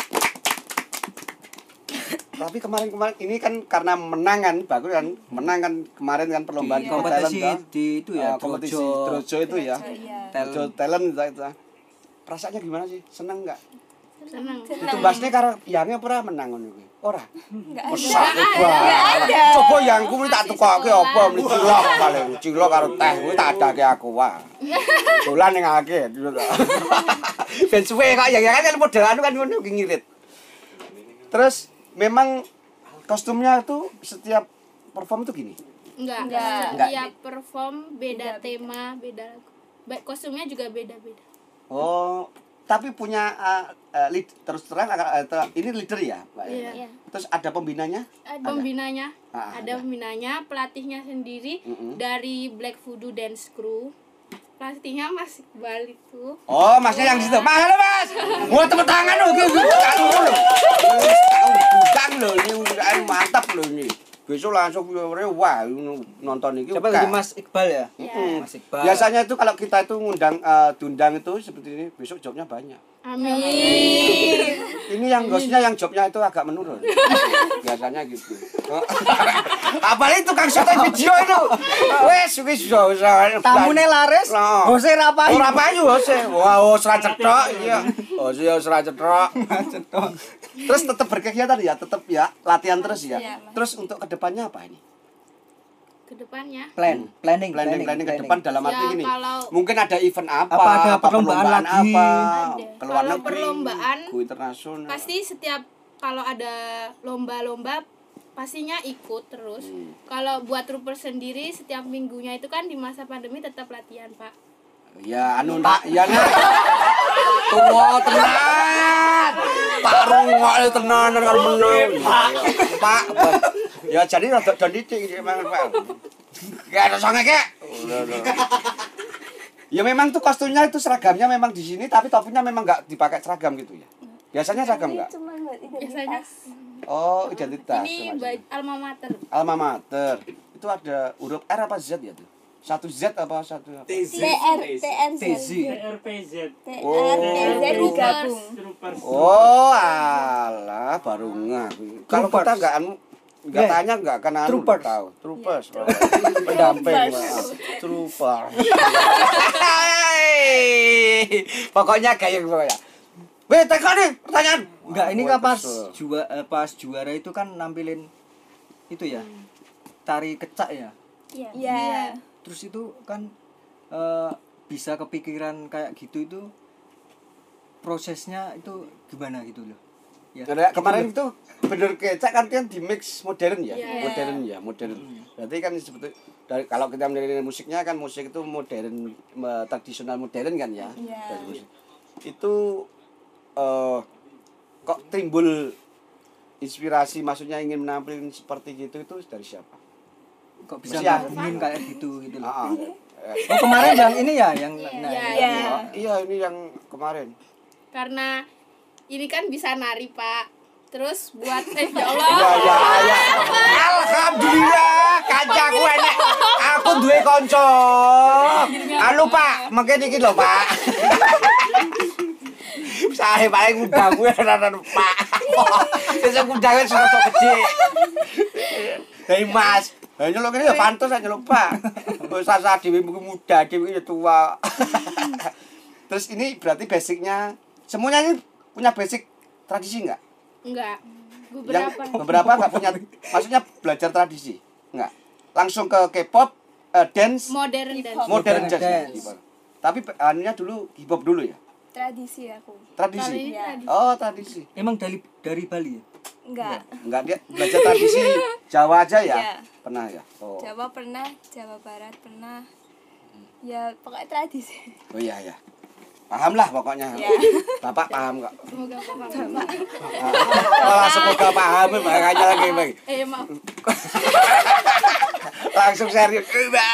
Tapi kemarin-kemarin ini kan karena menang kan, bagus kan, menang kan kemarin kan perlombaan Di Got kompetisi Talent, toh. di itu ya, Eh, kompetisi Drojo. Drojo itu ya. Iya. Drojo talent itu, itu. Perasaannya gimana sih? Seneng enggak? Senang. Itu basnya karo yangnya pernah menang ngono kuwi. Ora. Enggak Masa ada. Coba yang kuwi tak tukokke apa muni cilok paling. Cilok karo teh kuwi tak adake aku wae. Dolan ning akeh. Ben suwe kok ya kan model anu kan ngono ki ngirit. Terus memang kostumnya itu setiap perform itu gini. Enggak. Enggak. Setiap perform beda tema, beda lagu. Ba- Kostumnya juga beda-beda. Oh, tapi punya uh, uh, lead, terus terang uh, ter- ini leader ya, Mbak. Iya. Iya. Terus ada pembinanya? Pembinanya, Ah, ada pembinanya, pelatihnya sendiri Mm-mm. dari Black Voodoo Dance Crew. Pelatihnya Mas Iqbal itu. Oh, masnya yang di situ. Mas, halo Mas. Gua tepuk tangan loh, gitu. Anu loh. Budang loh, ini anu mantap loh ini. Besok langsung wah nonton ini. Siapa oke. tadi Mas Iqbal ya? Mm-mm. Mas Iqbal. Biasanya itu kalau kita itu ngundang eh, diundang itu seperti ini, besok jobnya banyak. Amin. Ini yang ghostnya yang jobnya itu agak menurun. Biasanya gitu. Apalagi tukang syuting video itu. Wes wis wis. Tamune laris, Lah. hose ra payu. Ora payu hose. Wah, hose ra cetok iya. Hose hose ra cetok. Terus tetap berkegiatan ya, tetap ya latihan terus ya. Iya, Mas. Terus untuk kedepannya apa ini? Kedepannya. Plan, planning, Planning planning ke depan dalam arti Ya, gini. kalau- Mungkin ada event apa? Apa ada perlombaan lagi? apa? Ada. Ke luar Kalau negeri. perlombaan, Go internasional. Pasti setiap kalau ada lomba-lomba pastinya ikut terus. Hmm. Kalau buat trooper sendiri setiap minggunya itu kan di masa pandemi tetap latihan, Pak. Ya anu nak, ya nak. Tuwa tenan. Pak rungok tenan karo meneng. Pak. Ya jadi rada dan titik iki mangan Pak. Gak ada sange kek. Ya memang tuh kostumnya itu seragamnya memang di sini tapi topinya memang enggak dipakai seragam gitu ya. Biasanya seragam enggak? Biasanya Oh, identitas. ini maksudnya. baj- alma mater. Alma mater. Itu ada huruf R apa Z ya tuh? Satu Z apa satu apa? T R T N Z T Z. T Oh. R T Z digabung. Oh, alah baru ngaku. Kalau Troopers. kita enggak anu enggak Eh, tanya enggak akan anu troopers. tahu. Troopers. Pendamping. maaf. Trooper. Pokoknya kayak pokoknya. Weh, teko nih pertanyaan. Enggak, ini Wah, kan pas kesel. juara eh, pas juara itu kan nampilin itu ya. Tari kecak ya. Iya. Terus itu kan eh, bisa kepikiran kayak gitu itu prosesnya itu gimana gitu loh. Ya. Karena kemarin itu bener kecak kan kan di mix modern ya, Iya. modern ya, modern. Berarti kan seperti dari kalau kita melihat musiknya kan musik itu modern, me- tradisional modern kan ya. Iya. Dari musik. Itu eh kok timbul inspirasi maksudnya ingin menampilkan seperti gitu itu dari siapa? Kok bisa Masih ada. gabungin kayak gitu gitu loh. Ah, Oh, kemarin yang ini ya yang nah, Iya, yang- iya. ah, iya ini yang kemarin. Karena ini kan bisa nari, Pak. Terus buat eh ya Allah. Ya ya ya. Alhamdulillah kancaku enek. Aku duwe kanca. Anu Pak, mungkin iki lho Pak. Saya paling undang gue anak Pak. Sesuk undang wis rada gede. Hei Mas, ha nyeluk kene ya pantes aja nyeluk Pak. Wis sasa dhewe muda, dhewe ya tua. Terus ini berarti basicnya semuanya ini punya basic tradisi enggak? Enggak. Yang Beberapa. beberapa enggak punya, maksudnya belajar tradisi enggak? Langsung ke K-pop, eh, dance, Modern dan modern Modern jazz. dance. Gitu. Tapi anunya dulu hip hop dulu ya. Tradisi aku. Kali Tradisi. ini Iya. tradisi. Oh, tradisi. emang dari dari Bali ya. Enggak. Enggak dia belajar tradisi Jawa aja ya? Iya. Pernah ya? Oh. Jawa pernah, Jawa Barat pernah. Ya pokoknya tradisi. Oh iya ya. Paham lah pokoknya. Ya. Bapak paham kok. Semoga paham. Oh, semoga paham makanya lagi bang. Eh maaf. Langsung serius.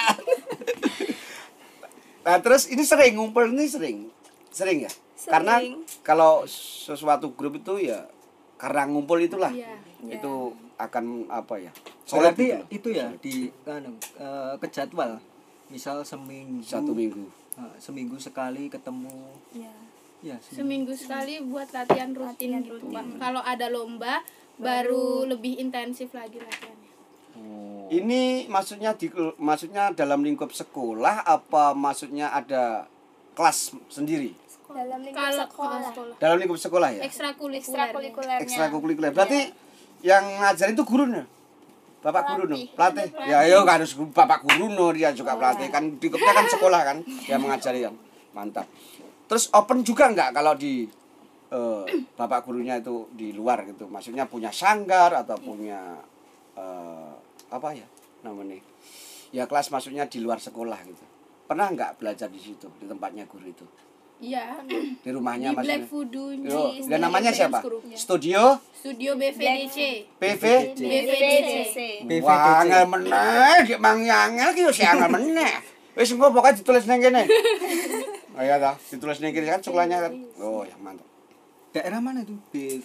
Nah, terus ini sering ngumpul ini sering. Sering ya? Sering. Karena kalau sesuatu grup itu ya karena ngumpul itulah. Iya. Itu akan apa ya? Solid Berarti gitu loh. itu ya di anu eh, ke jadwal. Misal seminggu Satu minggu. eh, seminggu sekali ketemu. Ya. Ya, Seminggu sekali buat latihan rutin Latihan gitu rutin. Pak. Kalau ada lomba baru lebih intensif lagi latihannya. Oh. Ini maksudnya di maksudnya dalam lingkup sekolah apa maksudnya ada kelas sendiri? Dalam lingkup Kalau sekolah. sekolah Dalam lingkup sekolah ya? ekstrakurikuler. Ekstrakurikulernya. Ekstrakurikuler. Berarti yang ngajarin itu gurunya. Bapak guru no, Pelatih. pelatih. Pelatih. Ya, yo harus bapak guru no, dia juga pelatih kan lingkupnya kan sekolah kan, yang mengajari kan. Mantap. Terus open juga enggak kalau di eh, bapak gurunya itu di luar gitu. Maksudnya punya sanggar atau punya eh, apa ya namanya? Ya kelas maksudnya di luar sekolah gitu. Pernah enggak belajar di situ, di tempatnya guru itu? Iya. Di rumahnya Di Black maksudnya. Voodoo. Yo, di dan namanya Dance siapa? Group. Studio Studio B V D C. P V B V D C. B V D C. Wah, angel meneh, dik mang angel ki yo sing angel meneh. Wis engko pokoke ditulis nang kene. Oh iya ta, ditulis nang kene kan sekolahnya kan. Oh, ya mantap. Daerah mana itu? B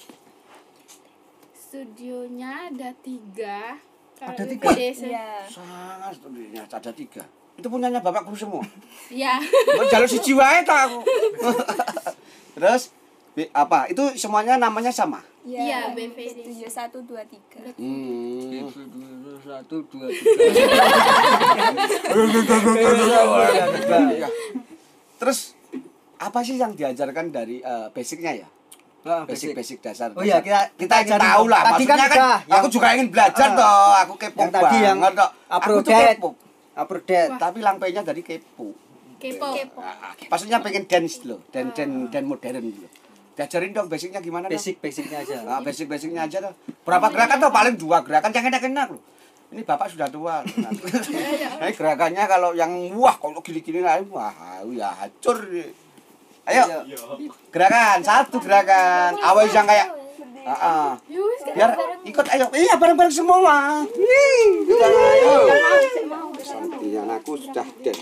Studionya ada tiga. Kalau Ada B V tiga? D C. Iya. Sangat studionya ada tiga. Itu punyanya bapak guru semua. Iya. Mbok jalur siji wae ta aku. Terus B- apa? Itu semuanya namanya sama. Iya, B V D C. Studio satu dua tiga. Hmm. satu dua tiga. Iya. Terus apa sih yang diajarkan dari eh, basicnya ya? Ah, Basic-basic dasar. Oh iya, kita kita kita ingin tahu lah. tadi kan Maksudnya kan, udah yang- aku juga ingin belajar Ah, toh. Aku kepo yang tadi yang banget toh. Aku tuh uploaded. kepo. Update. Tapi lampainya dari kepo. Kepo. Ah, maksudnya pengen dance loh, dan dan dan modern gitu. Diajarin dong basicnya gimana dong? Basic basicnya aja. Ah, basic-basicnya aja tuh. Berapa gerakan tuh paling dua gerakan jangan enak-enak loh. Ini bapak sudah tua. Ini gerakannya kalau yang wah kalau gini-gini lah wah ya hancur. Ayo. Gerakan satu gerakan. Awal yang kayak ah, ah. Biar ikut ayo. Iya bareng-bareng semua. Ih, kita ayo. Santian aku sudah den.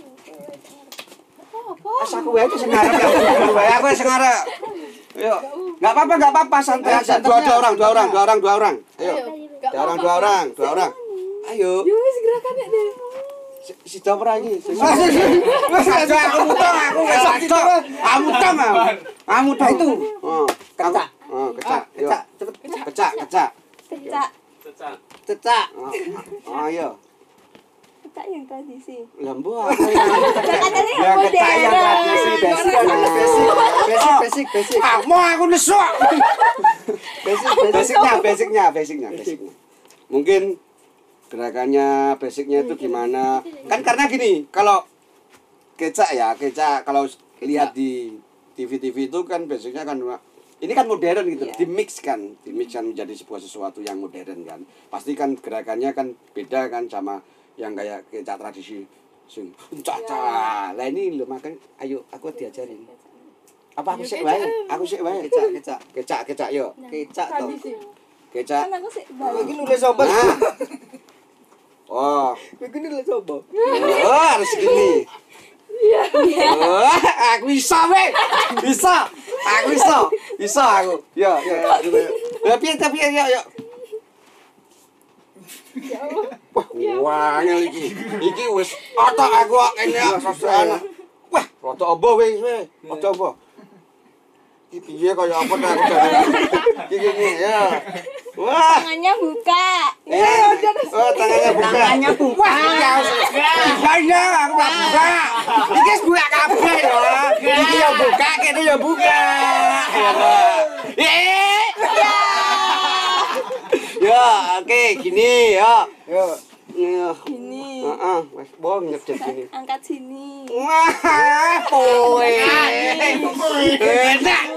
As aku wae sing ngarep ya. Aku wae aku sing ngarep. Ayo. Enggak apa-apa, enggak apa-apa, santai aja. Dua, dua orang, dua orang, dua orang, dua orang. Ayo. Dua orang, dua orang, dua orang. Ayo. Wis gerakannya deh. Si, si Dopra iki. Wes aja aku mutong aku wes aja. Kamu tong. Kamu tong itu. Oh, kecak. Oh, kecak. Yo. Kecak, kecak. Kecak. Kecak. Oh, ayo. Kecak yang tradisi. Lembu. Katanya Ya yang kecak yang modern. tradisi basic. Basic basic basic. Ah, mau aku nesu. Basic, basicnya, basicnya, basicnya, basicnya. Mungkin gerakannya, basicnya itu gimana? Kan karena gini, kalau kecak ya, kecak kalau lihat di T V-T V itu kan basicnya kan ini kan modern gitu, Iya. dimix kan, dimix kan menjadi sebuah sesuatu yang modern kan. Pasti kan gerakannya kan beda kan sama yang kayak kecak tradisi sing caca. Lah ini lho makan, ayo aku diajarin. Apa aku sik wae? Aku sik wae. Kecak, kecak, kecak, kecak yo. Kecak to. Kecak. Kan aku sih Kowe iki nulis apa? Nah. Oh, Kowe iki nulis apa? oh harus gini. Iya. Oh, aku bisa, weh. Bisa. Aku bisa. Bisa aku. Ya, ya, ya. Ya piye tapi ya, ya. Wah, wangel iki. Iki wis otak aku kok kene ana. Wah, rada apa weh, weh. Rada apa? Iki piye kaya apa ta aku jare. Iki gini ya. Wah. tangannya buka. Eh, oh tangannya buka. Tangannya buka. Wah, ya ya, aku nggak buka. Iki wis buka kabeh ya. Iki ya buka, kene ya buka. Eh. Ya, oke, gini ya. Yo. Ya. Ini. Heeh, wis bong nyedek gini. Angkat sini. Wah, poe. Enak.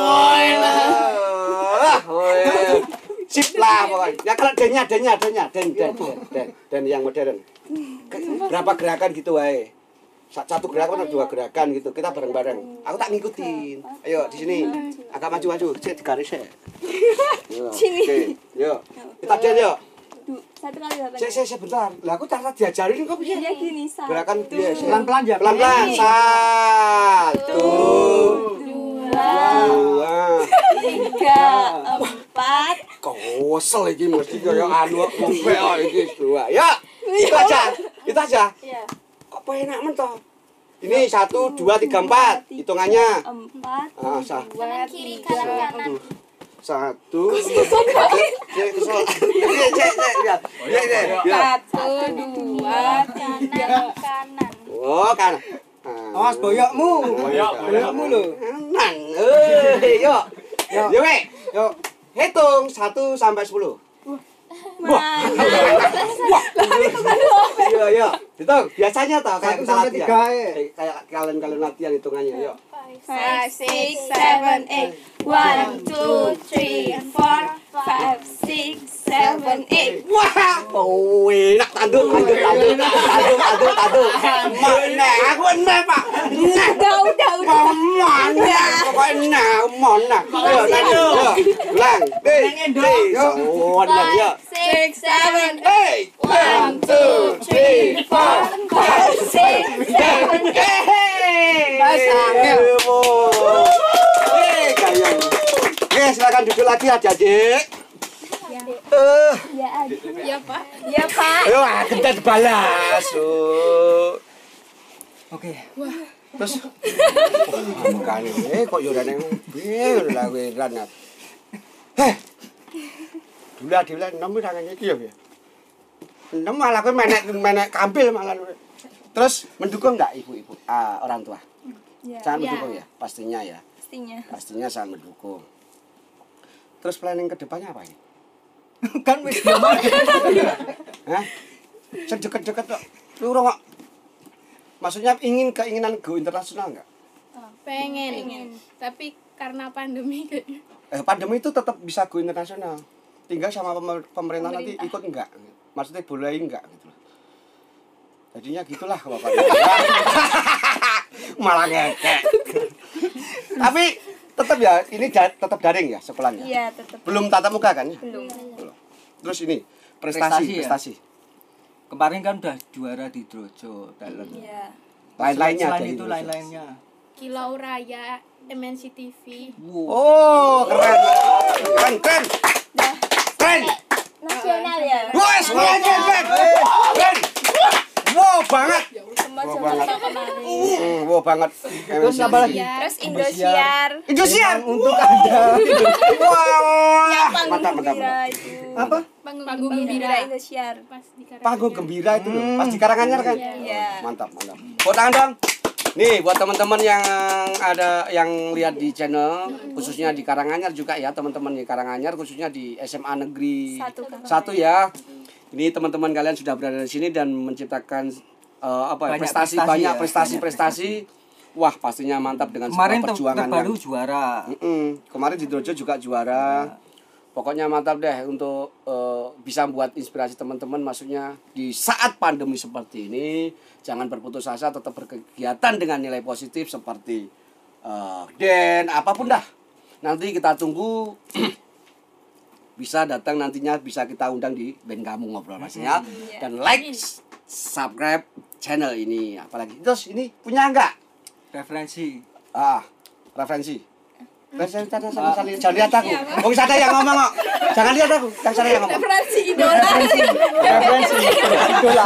Wah, woi. Sip lah pokoknya. Ya kalau dennya, dennya, dennya, den, den, den, den, den yang modern. Ke- Berapa gerakan gitu wae. Sa- Satu gerakan atau dua gerakan gitu. Kita bareng-bareng. Aku tak ngikutin. Ayo di sini. Agak maju-maju. Cek di garis ya. Yo, Sini. Oke, yo. Kita den yo. Du- Satu kali delapan. Cek, cek, sebentar. Lah aku tak diajarin kok piye? Dia gini satu. Gerakan dia Pelan-pelan ya. pelan-pelan. Satu, Dua. dua, Tiga. Empat. empat. Kosel iki mesti kaya anu ngombe iki dua. Ya, itu aja. Itu aja. Iya. Kok enak men toh? Ini satu, dua, tiga, empat. Hitungannya. Empat. Ah, sah. Dua, kiri tiga. kanan kanan. Satu. Cek, kesel. Cek, cek, cek. Ya, ya, ya. Ya. Satu, dua, Kanan kanan. Oh, kan. Awas boyokmu. Boyok, Boyokmu lho. Nang. Eh, yuk. Yuk, yuk, Wek. Yuk. Hitung satu sampai sepuluh. Wah. Wah. Iya, iya. Hitung. Biasanya toh kayak Satu kita sampai latihan. tiga, eh. Kayak kayak kalian-kalian latihan hitungannya, yuk. five, six, seven, eight. One, two, three, four, five, six, seven, eight. Wah, oh enak tanduk, tanduk, tanduk, tanduk, tanduk, tanduk. Mana? Aku enak pak. Enak. Udah, udah, udah. Mana? Pokoknya enak, mana? Ayo, tanduk. Ulang. Hei, oh, enak ya. Six, seven, Hey, one, two, three, four, five, six, seven, eight. Pasangnya. Hei, kalian. Oke, silakan duduk lagi adik-adik. Eh, Ya, ada. Ya Pak. Ya, Pak. ayo ah, kita balas. Oh. Oke. Terus oh, makanya eh kok yo nang bir lah wiran. Heh. Dulu dulu nemu tangannya iki ya. Nemu malah kowe menek menek kampil malah. Terus mendukung enggak ibu-ibu ah, orang tua? Ya, Sangat Ya. mendukung ya, pastinya ya. pastinya. Pastinya sangat mendukung. Terus planning ke depannya apa ini? Kan wis ngomong. Hah? Sedekat-dekat kok. Lu kok. Maksudnya ingin keinginan go internasional enggak? Pengen. Tapi karena pandemi kayaknya. Eh, pandemi itu tetap bisa go internasional. Tinggal sama pemer- pemerintah, nanti Pemerintah. ikut enggak? Maksudnya boleh enggak gitu. Jadinya gitulah Bapaknya. Malah ngekek. Tapi tetap ya, ini da- tetap daring ya sekolahnya. Iya, tetap. Belum tatap muka kan? Belum. Belum. Terus ini prestasi, Prestasi ya? prestasi. Kemarin kan udah juara di Drojo talent. Iya. Lain-lainnya Selain dari itu Indonesia. lain-lainnya. Kilau Raya, M N C T V. Wow. Oh, keren. Keren, keren. Keren. Nasional ya. Wes, keren, keren, keren. Keren. Wow, banget. Semua Wow, semua banget. kemarin. Hmm, wow banget. Terus apa lagi? Terus Indosiar. Indosiar. Untuk Anda. Wah, mantap, mantap, Gembira mantap. itu. Apa? Panggung, Panggung Gembira. Gembira Indosiar. Pas di Karanganyar. Panggung gembira itu loh. Pas di Karanganyar kan? Iya. Mantap, mantap. Tepuk tangan dong. Nih buat teman-teman yang ada yang lihat di channel khususnya di Karanganyar juga ya, teman-teman di Karanganyar khususnya di S M A Negeri Satu Karanganyar. satu ya. Ini teman-teman kalian sudah berada di sini dan menciptakan eh, apa ya, Banyak prestasi prestasi banyak ya, prestasi-prestasi. Wah, pastinya mantap dengan Kemarin sebuah ter- perjuangan terbaru yang- juara. Mm-mm. Kemarin di Drojo juga juara. Pokoknya mantap deh untuk eh, bisa buat inspirasi teman-teman. Maksudnya di saat pandemi seperti ini jangan berputus asa, tetap berkegiatan dengan nilai positif seperti eh, dan apapun dah. Nanti kita tunggu bisa datang nantinya, bisa kita undang di band kamu ngobrol pastinya. Dan like, subscribe channel ini. Apalagi terus ini punya enggak? Referensi. Ah, referensi. Referensi sana sana sana jangan lihat aku. Oh, sana yang ngomong kok. Jangan lihat aku, yang sana yang ngomong. Referensi idola. Referensi. Idola.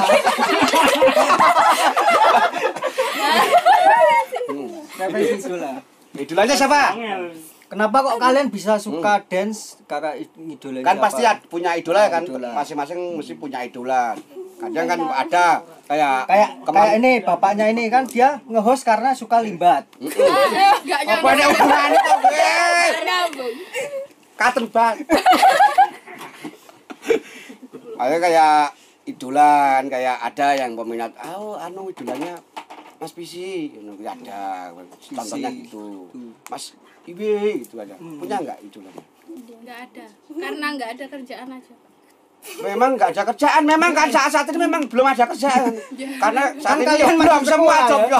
Referensi idola. Idolanya siapa? Kenapa kok kalian bisa suka dance karena idolanya Kan siapa? pasti ad- punya idola kan. Idola. Masing-masing mesti punya idola. Kadang kan ada kayak kayak kayak kemarin ini bapaknya ini kan dia nge-host karena suka limbat. Enggak apa ada hubungan itu, weh? nyambung. Katen banget. Ayo kayak idolan, kayak ada yang peminat, oh anu idolanya Mas Pisi, ngono kuwi ada. Contohnya gitu. Mas Ibe gitu ada. Punya enggak idolanya? Enggak ada. Karena enggak ada kerjaan aja. Memang nggak ada kerjaan, memang kan saat-saat ini memang belum ada kerjaan. Karena saat Kan ini kalian belum masih semua sekolah, job ya?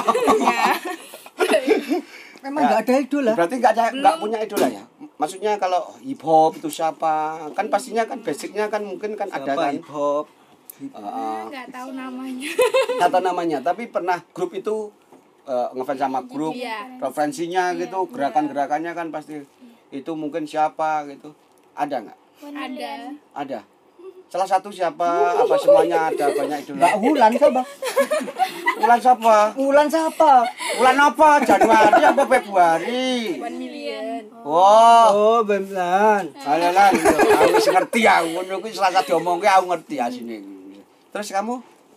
job. Memang nggak ada idola. Berarti nggak ada nggak punya idola ya? Maksudnya kalau hip hop itu siapa? Kan pastinya kan basicnya kan mungkin kan ada Siapa kan. hip hop? Heeh. Enggak tahu namanya. Kata namanya, tapi pernah grup itu eh, ngefans sama grup, Iya. referensinya gitu, gerakan-gerakannya kan pasti itu mungkin siapa gitu. Ada nggak? Ada. Ada. Salah satu siapa? Apa semuanya ada banyak idola? Mbak Wulan siapa? Wulan siapa? Wulan siapa? Wulan apa? Januari apa Februari? one million. Oh, Oh, beneran. alah lah, aku wis ngerti aku ngono kuwi selasa diomongke aku ngerti asine. Terus kamu?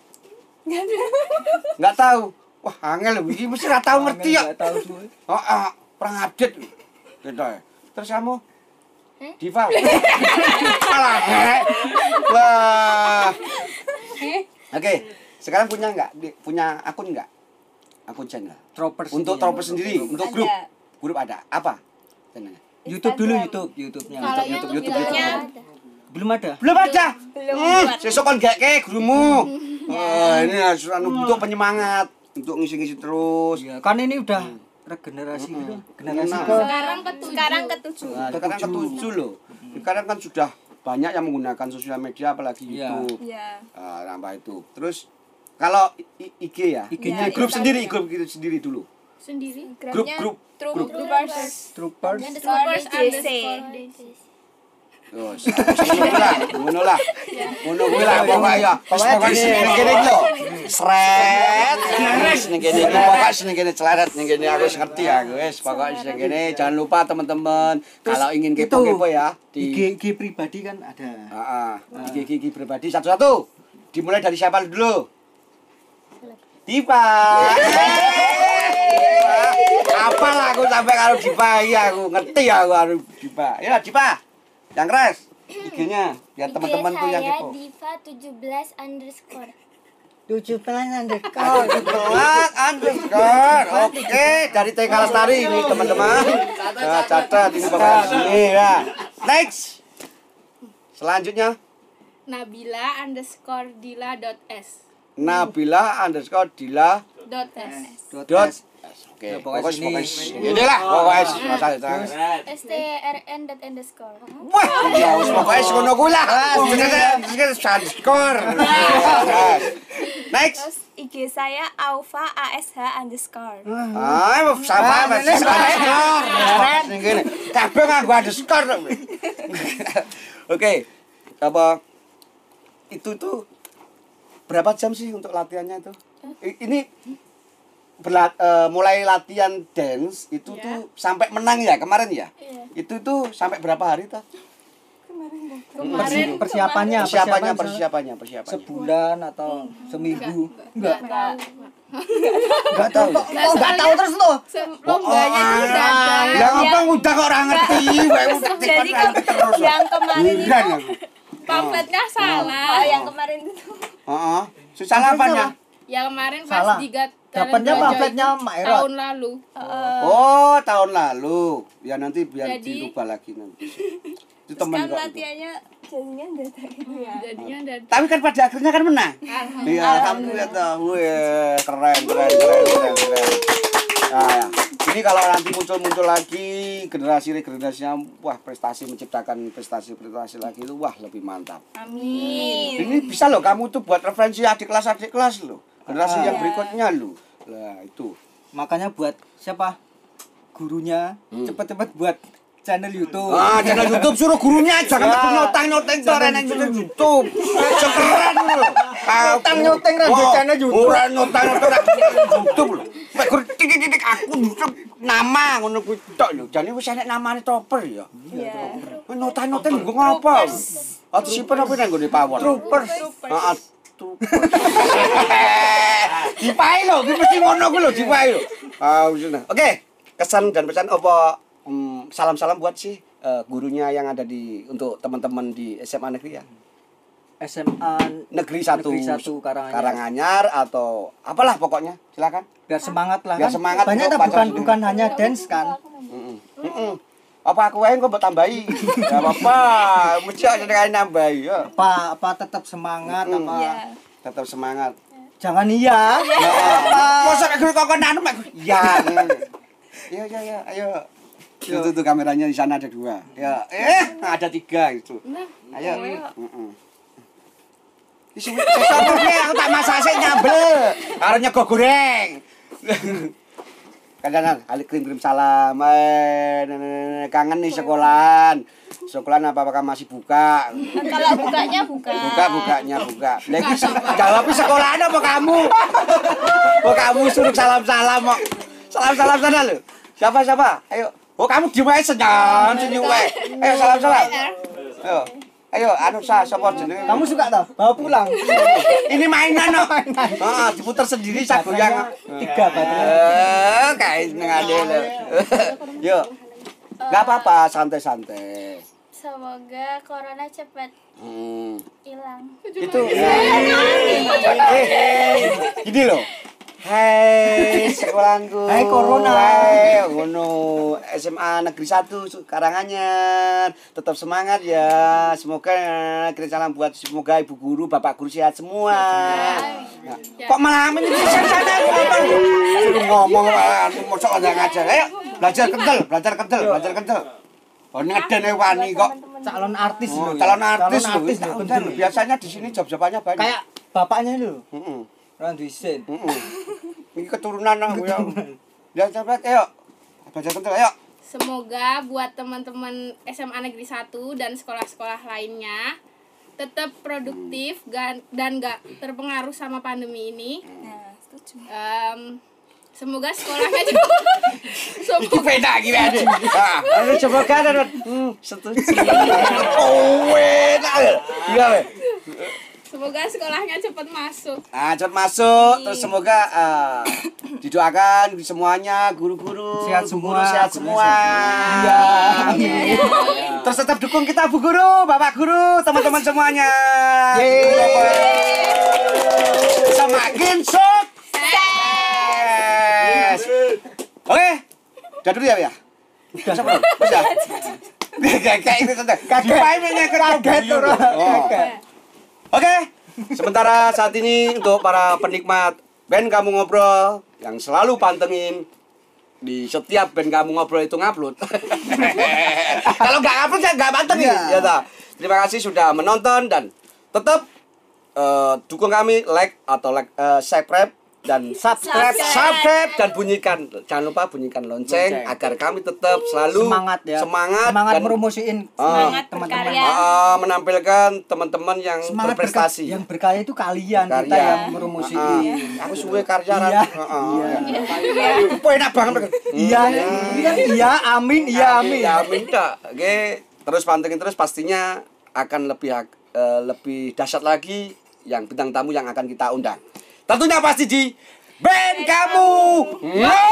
Enggak tahu. Wah, angel lho iki mesti ora tahu ngerti ya. Enggak tahu semua. Heeh, perang update. Gitu ya. Terus kamu? Diva. Alah. heh. Wah. Oke, sekarang punya enggak? Di- Punya akun enggak? Akun channel. Tropers Untuk ini. Tropers sendiri, untuk grup. Ada. Grup ada. Apa? channelnya? YouTube dulu Instagram. YouTube, YouTube-nya. Kalau YouTube, YouTube, YouTube, YouTube, YouTube. Belum ada. Belum ada. Belum Hmm, buat. sesuk kon geke gurumu. Oh, ini harus anu, untuk penyemangat, untuk ngisi-ngisi terus. Iya, kan ini udah regenerasi gitu. Generasi Nah. ke Sekarang ketujuh. Sekarang ketujuh. Nah, Sekarang ketujuh loh. Sekarang kan sudah banyak yang menggunakan sosial media apalagi Iya. YouTube. Ya. Ah, nambah itu. Terus kalau I- I G ya, I G-nya I G grup Instagram. sendiri, grup gitu sendiri dulu. Sendiri. Grup grup Troop grup. Troopers. Troopers. Troopers D C. Terus ngono lah, ngono lah. Ngono kuwi lah pokoke ya. Wis pokoke sing kene iki lho. Sret. Wis ning kene iki pokoke sing kene celeret ning kene aku wis ngerti aku wis pokoke sing kene jangan lupa teman-teman kalau ingin kepo-kepo ya I G di I G pribadi kan ada. Heeh, I G I G pribadi satu-satu. Dimulai dari siapa dulu? Diva. Apalah aku sampai kalau Diva iya aku ngerti aku harus Diva. Ya Diva. Yang keras I G-nya biar teman-teman tuh yang kepo. Diva tujuh belas underscore. tujuh belas Oh, Diva underscore. Oke, dari T K Lestari ini teman-teman. Nah, catat ini bakal sini ya. Next. Selanjutnya Nabila underscore Dila dot s. Nabila underscore Dila Dot s. dot Oke, Ya, pokoknya pokoknya sini. ini lah, pokoknya selesai terus. S T R N dot underscore. Wah, ya wis pokoke ngono kuwi lah. Sekarang skor. Next. Terus I G saya Aufa A S H underscore. Ah, mau sama Mas. Skor. Ning kene. Kabeh nganggo underscore. Oke. Apa itu tuh berapa jam sih untuk latihannya itu? I- Ini berlat, eh, mulai latihan dance itu Iya. tuh sampai menang ya kemarin ya? Itu tuh sampai berapa hari tuh? Kemarin Persiapannya, Persiapannya, persiapan persiapannya, persiapannya. sebulan atau seminggu. Enggak. Enggak tahu. Kok enggak tahu terus lo? se- lombanya itu udah ada. Ya apa udah kok orang ngerti, wae udah Jadi kan yang kemarin itu Heran aku. Pamfletnya Oh, salah. yang kemarin itu Heeh. Susah apanya? Yang kemarin pas Salah. tiga Dapatnya Talent pamfletnya Jojo Mak itu Erot. tahun lalu. Oh, tahun lalu. Ya nanti biar Jadi- dirubah lagi nanti. Itu terus teman kan kok. latihannya jadinya enggak gitu ya. Jadinya ada Tapi kan pada akhirnya kan menang. Iya, alhamdulillah tuh. Wih, keren, keren, keren, keren, keren. Nah, ya. Ini kalau nanti muncul-muncul lagi generasi-generasinya, wah prestasi menciptakan prestasi-prestasi lagi itu wah lebih mantap. Amin. Ini bisa loh kamu tuh buat referensi adik kelas adik kelas loh. Generasi Ah. yang berikutnya loh. Lah itu. Makanya buat siapa? Gurunya cepet-cepet buat channel YouTube. Ah, channel YouTube suruh gurunya jangan Ya. nyotang-nyoteng tuh orang yang channel YouTube. Keren loh. Nyotang-nyoteng ra di channel YouTube. Ora nyotang-nyoteng ra di channel YouTube lho. Mek guru titik-titik aku YouTube nama ngono kuwi tok lho. Jane wis enek namane Topper ya. Iya. Nyotang-nyoteng nggo ngapa? Atau simpen apa nang nggone pawon? Troopers. Heeh. Dipae lho, iki mesti ngono kuwi lho dipae lho. Ah, wis nah. Oke, kesan dan pesan apa hmm, salam-salam buat sih eh, gurunya yang ada di untuk teman-teman di S M A negeri ya. S M A Negeri satu, Negeri satu Karanganyar. Karanganyar atau apalah pokoknya silakan. Biar semangat lah Biar kan. semangat Banyak untuk tak bukan pacar bukan hanya dance kan. Heeh. Heeh. Apa aku wae kok mbok tambahi? Enggak apa-apa, mesti aja sekali nambahi ya. Apa apa tetap semangat apa. Iya. Tetap semangat. Jangan iya. Masa kayak kok nanu mek. Ya. Ya ya ya, ayo. Itu tuh kameranya di sana ada dua. Ya, eh ada tiga itu. Ayo. Heeh. Isu aku tak masak sik nyambel. Karo nyego goreng. Kadang-kadang kali kirim-kirim salam. Eh, kangen nih sekolahan. Sekolahan apakah masih buka? Kalau bukanya buka. Buka bukanya buka. Lagi jawabnya sekolahan apa kamu? Oh kamu suruh salam-salam kok. Salam-salam sana lo. Siapa siapa? Ayo. Oh kamu diem aja senyum senyum wae. Ayo salam-salam. Ayo. Ayo anu sa sapa jenenge? Kamu suka toh? Bawa pulang. Ini mainan kok. Heeh, diputer sendiri sak goyang. Tiga baterai. Eh, kayak ngade lho. Yuk. Enggak apa-apa, santai-santai. Semoga corona cepat Hmm. hilang. Itu eh, gini loh. Hai sekolahku. Hai corona. Hai ngono S M A Negeri satu Karanganyar. Tetap semangat ya. Semoga kita salam buat semoga ibu guru, bapak guru sehat semua. Nah, kok malah menjadi sana ngomong. Suruh ngomong anu mosok ada ngajar. Ayo belajar kental, belajar kental, belajar kental. Oh ngeden wani kok. Calon artis Oh, loh. calon artis Calon loh. artis loh. Kan biasanya di sini job-jobannya banyak. Kayak bapaknya itu. Heeh. Randy Sen. Heeh. Ini keturunan aku ya. Ya coba ayo. Baca kental ayo. Semoga buat teman-teman S M A Negeri satu dan sekolah-sekolah lainnya tetap produktif gan- dan gak terpengaruh sama pandemi ini. Nah, setuju. Em, semoga sekolahnya juga semoga, Beda gimana? Ah, ayo coba kan. Hmm, setuju. Oh, enak. Gila, semoga sekolahnya cepat masuk. Nah, cepat masuk terus semoga ah, didoakan semuanya guru-guru Sehat Bu semua, guru sehat guru semua. Iya. Terus tetap dukung kita Bu Guru, Bapak Guru, teman-teman semuanya. Yeay. Semakin sukses. Oke. Udah dulu ya, ya. Udah belum? Udah. Kayak itu sudah. Kaget. Kaget. Oke, sementara saat ini untuk para penikmat band Kamu Ngobrol yang selalu pantengin di setiap band Kamu Ngobrol itu ngupload. Kalau nggak ngupload ya nggak pantengin. Ya ta. Terima kasih sudah menonton dan tetap eh, dukung kami like atau like eh, subscribe dan subscribe, subscribe dan bunyikan jangan lupa bunyikan lonceng, Lonceng. agar kami tetap selalu Semangat ya. semangat, Semangat dan meromosiin Semangat teman-teman. berkarya. ah, menampilkan teman-teman yang Semangat berprestasi. berka- yang berkarya itu kalian, kita Karya. yang meromosiin. Ah, aku suwe karya kan. Iya. Heeh. Apa enak banget. Iya, ini kan iya, amin, iya, amin. Ya amin dah. Oke, terus pantengin terus pastinya akan lebih eh, lebih dahsyat lagi yang bintang tamu yang akan kita undang. Tentunya pasti di band Kamu Ngobrol.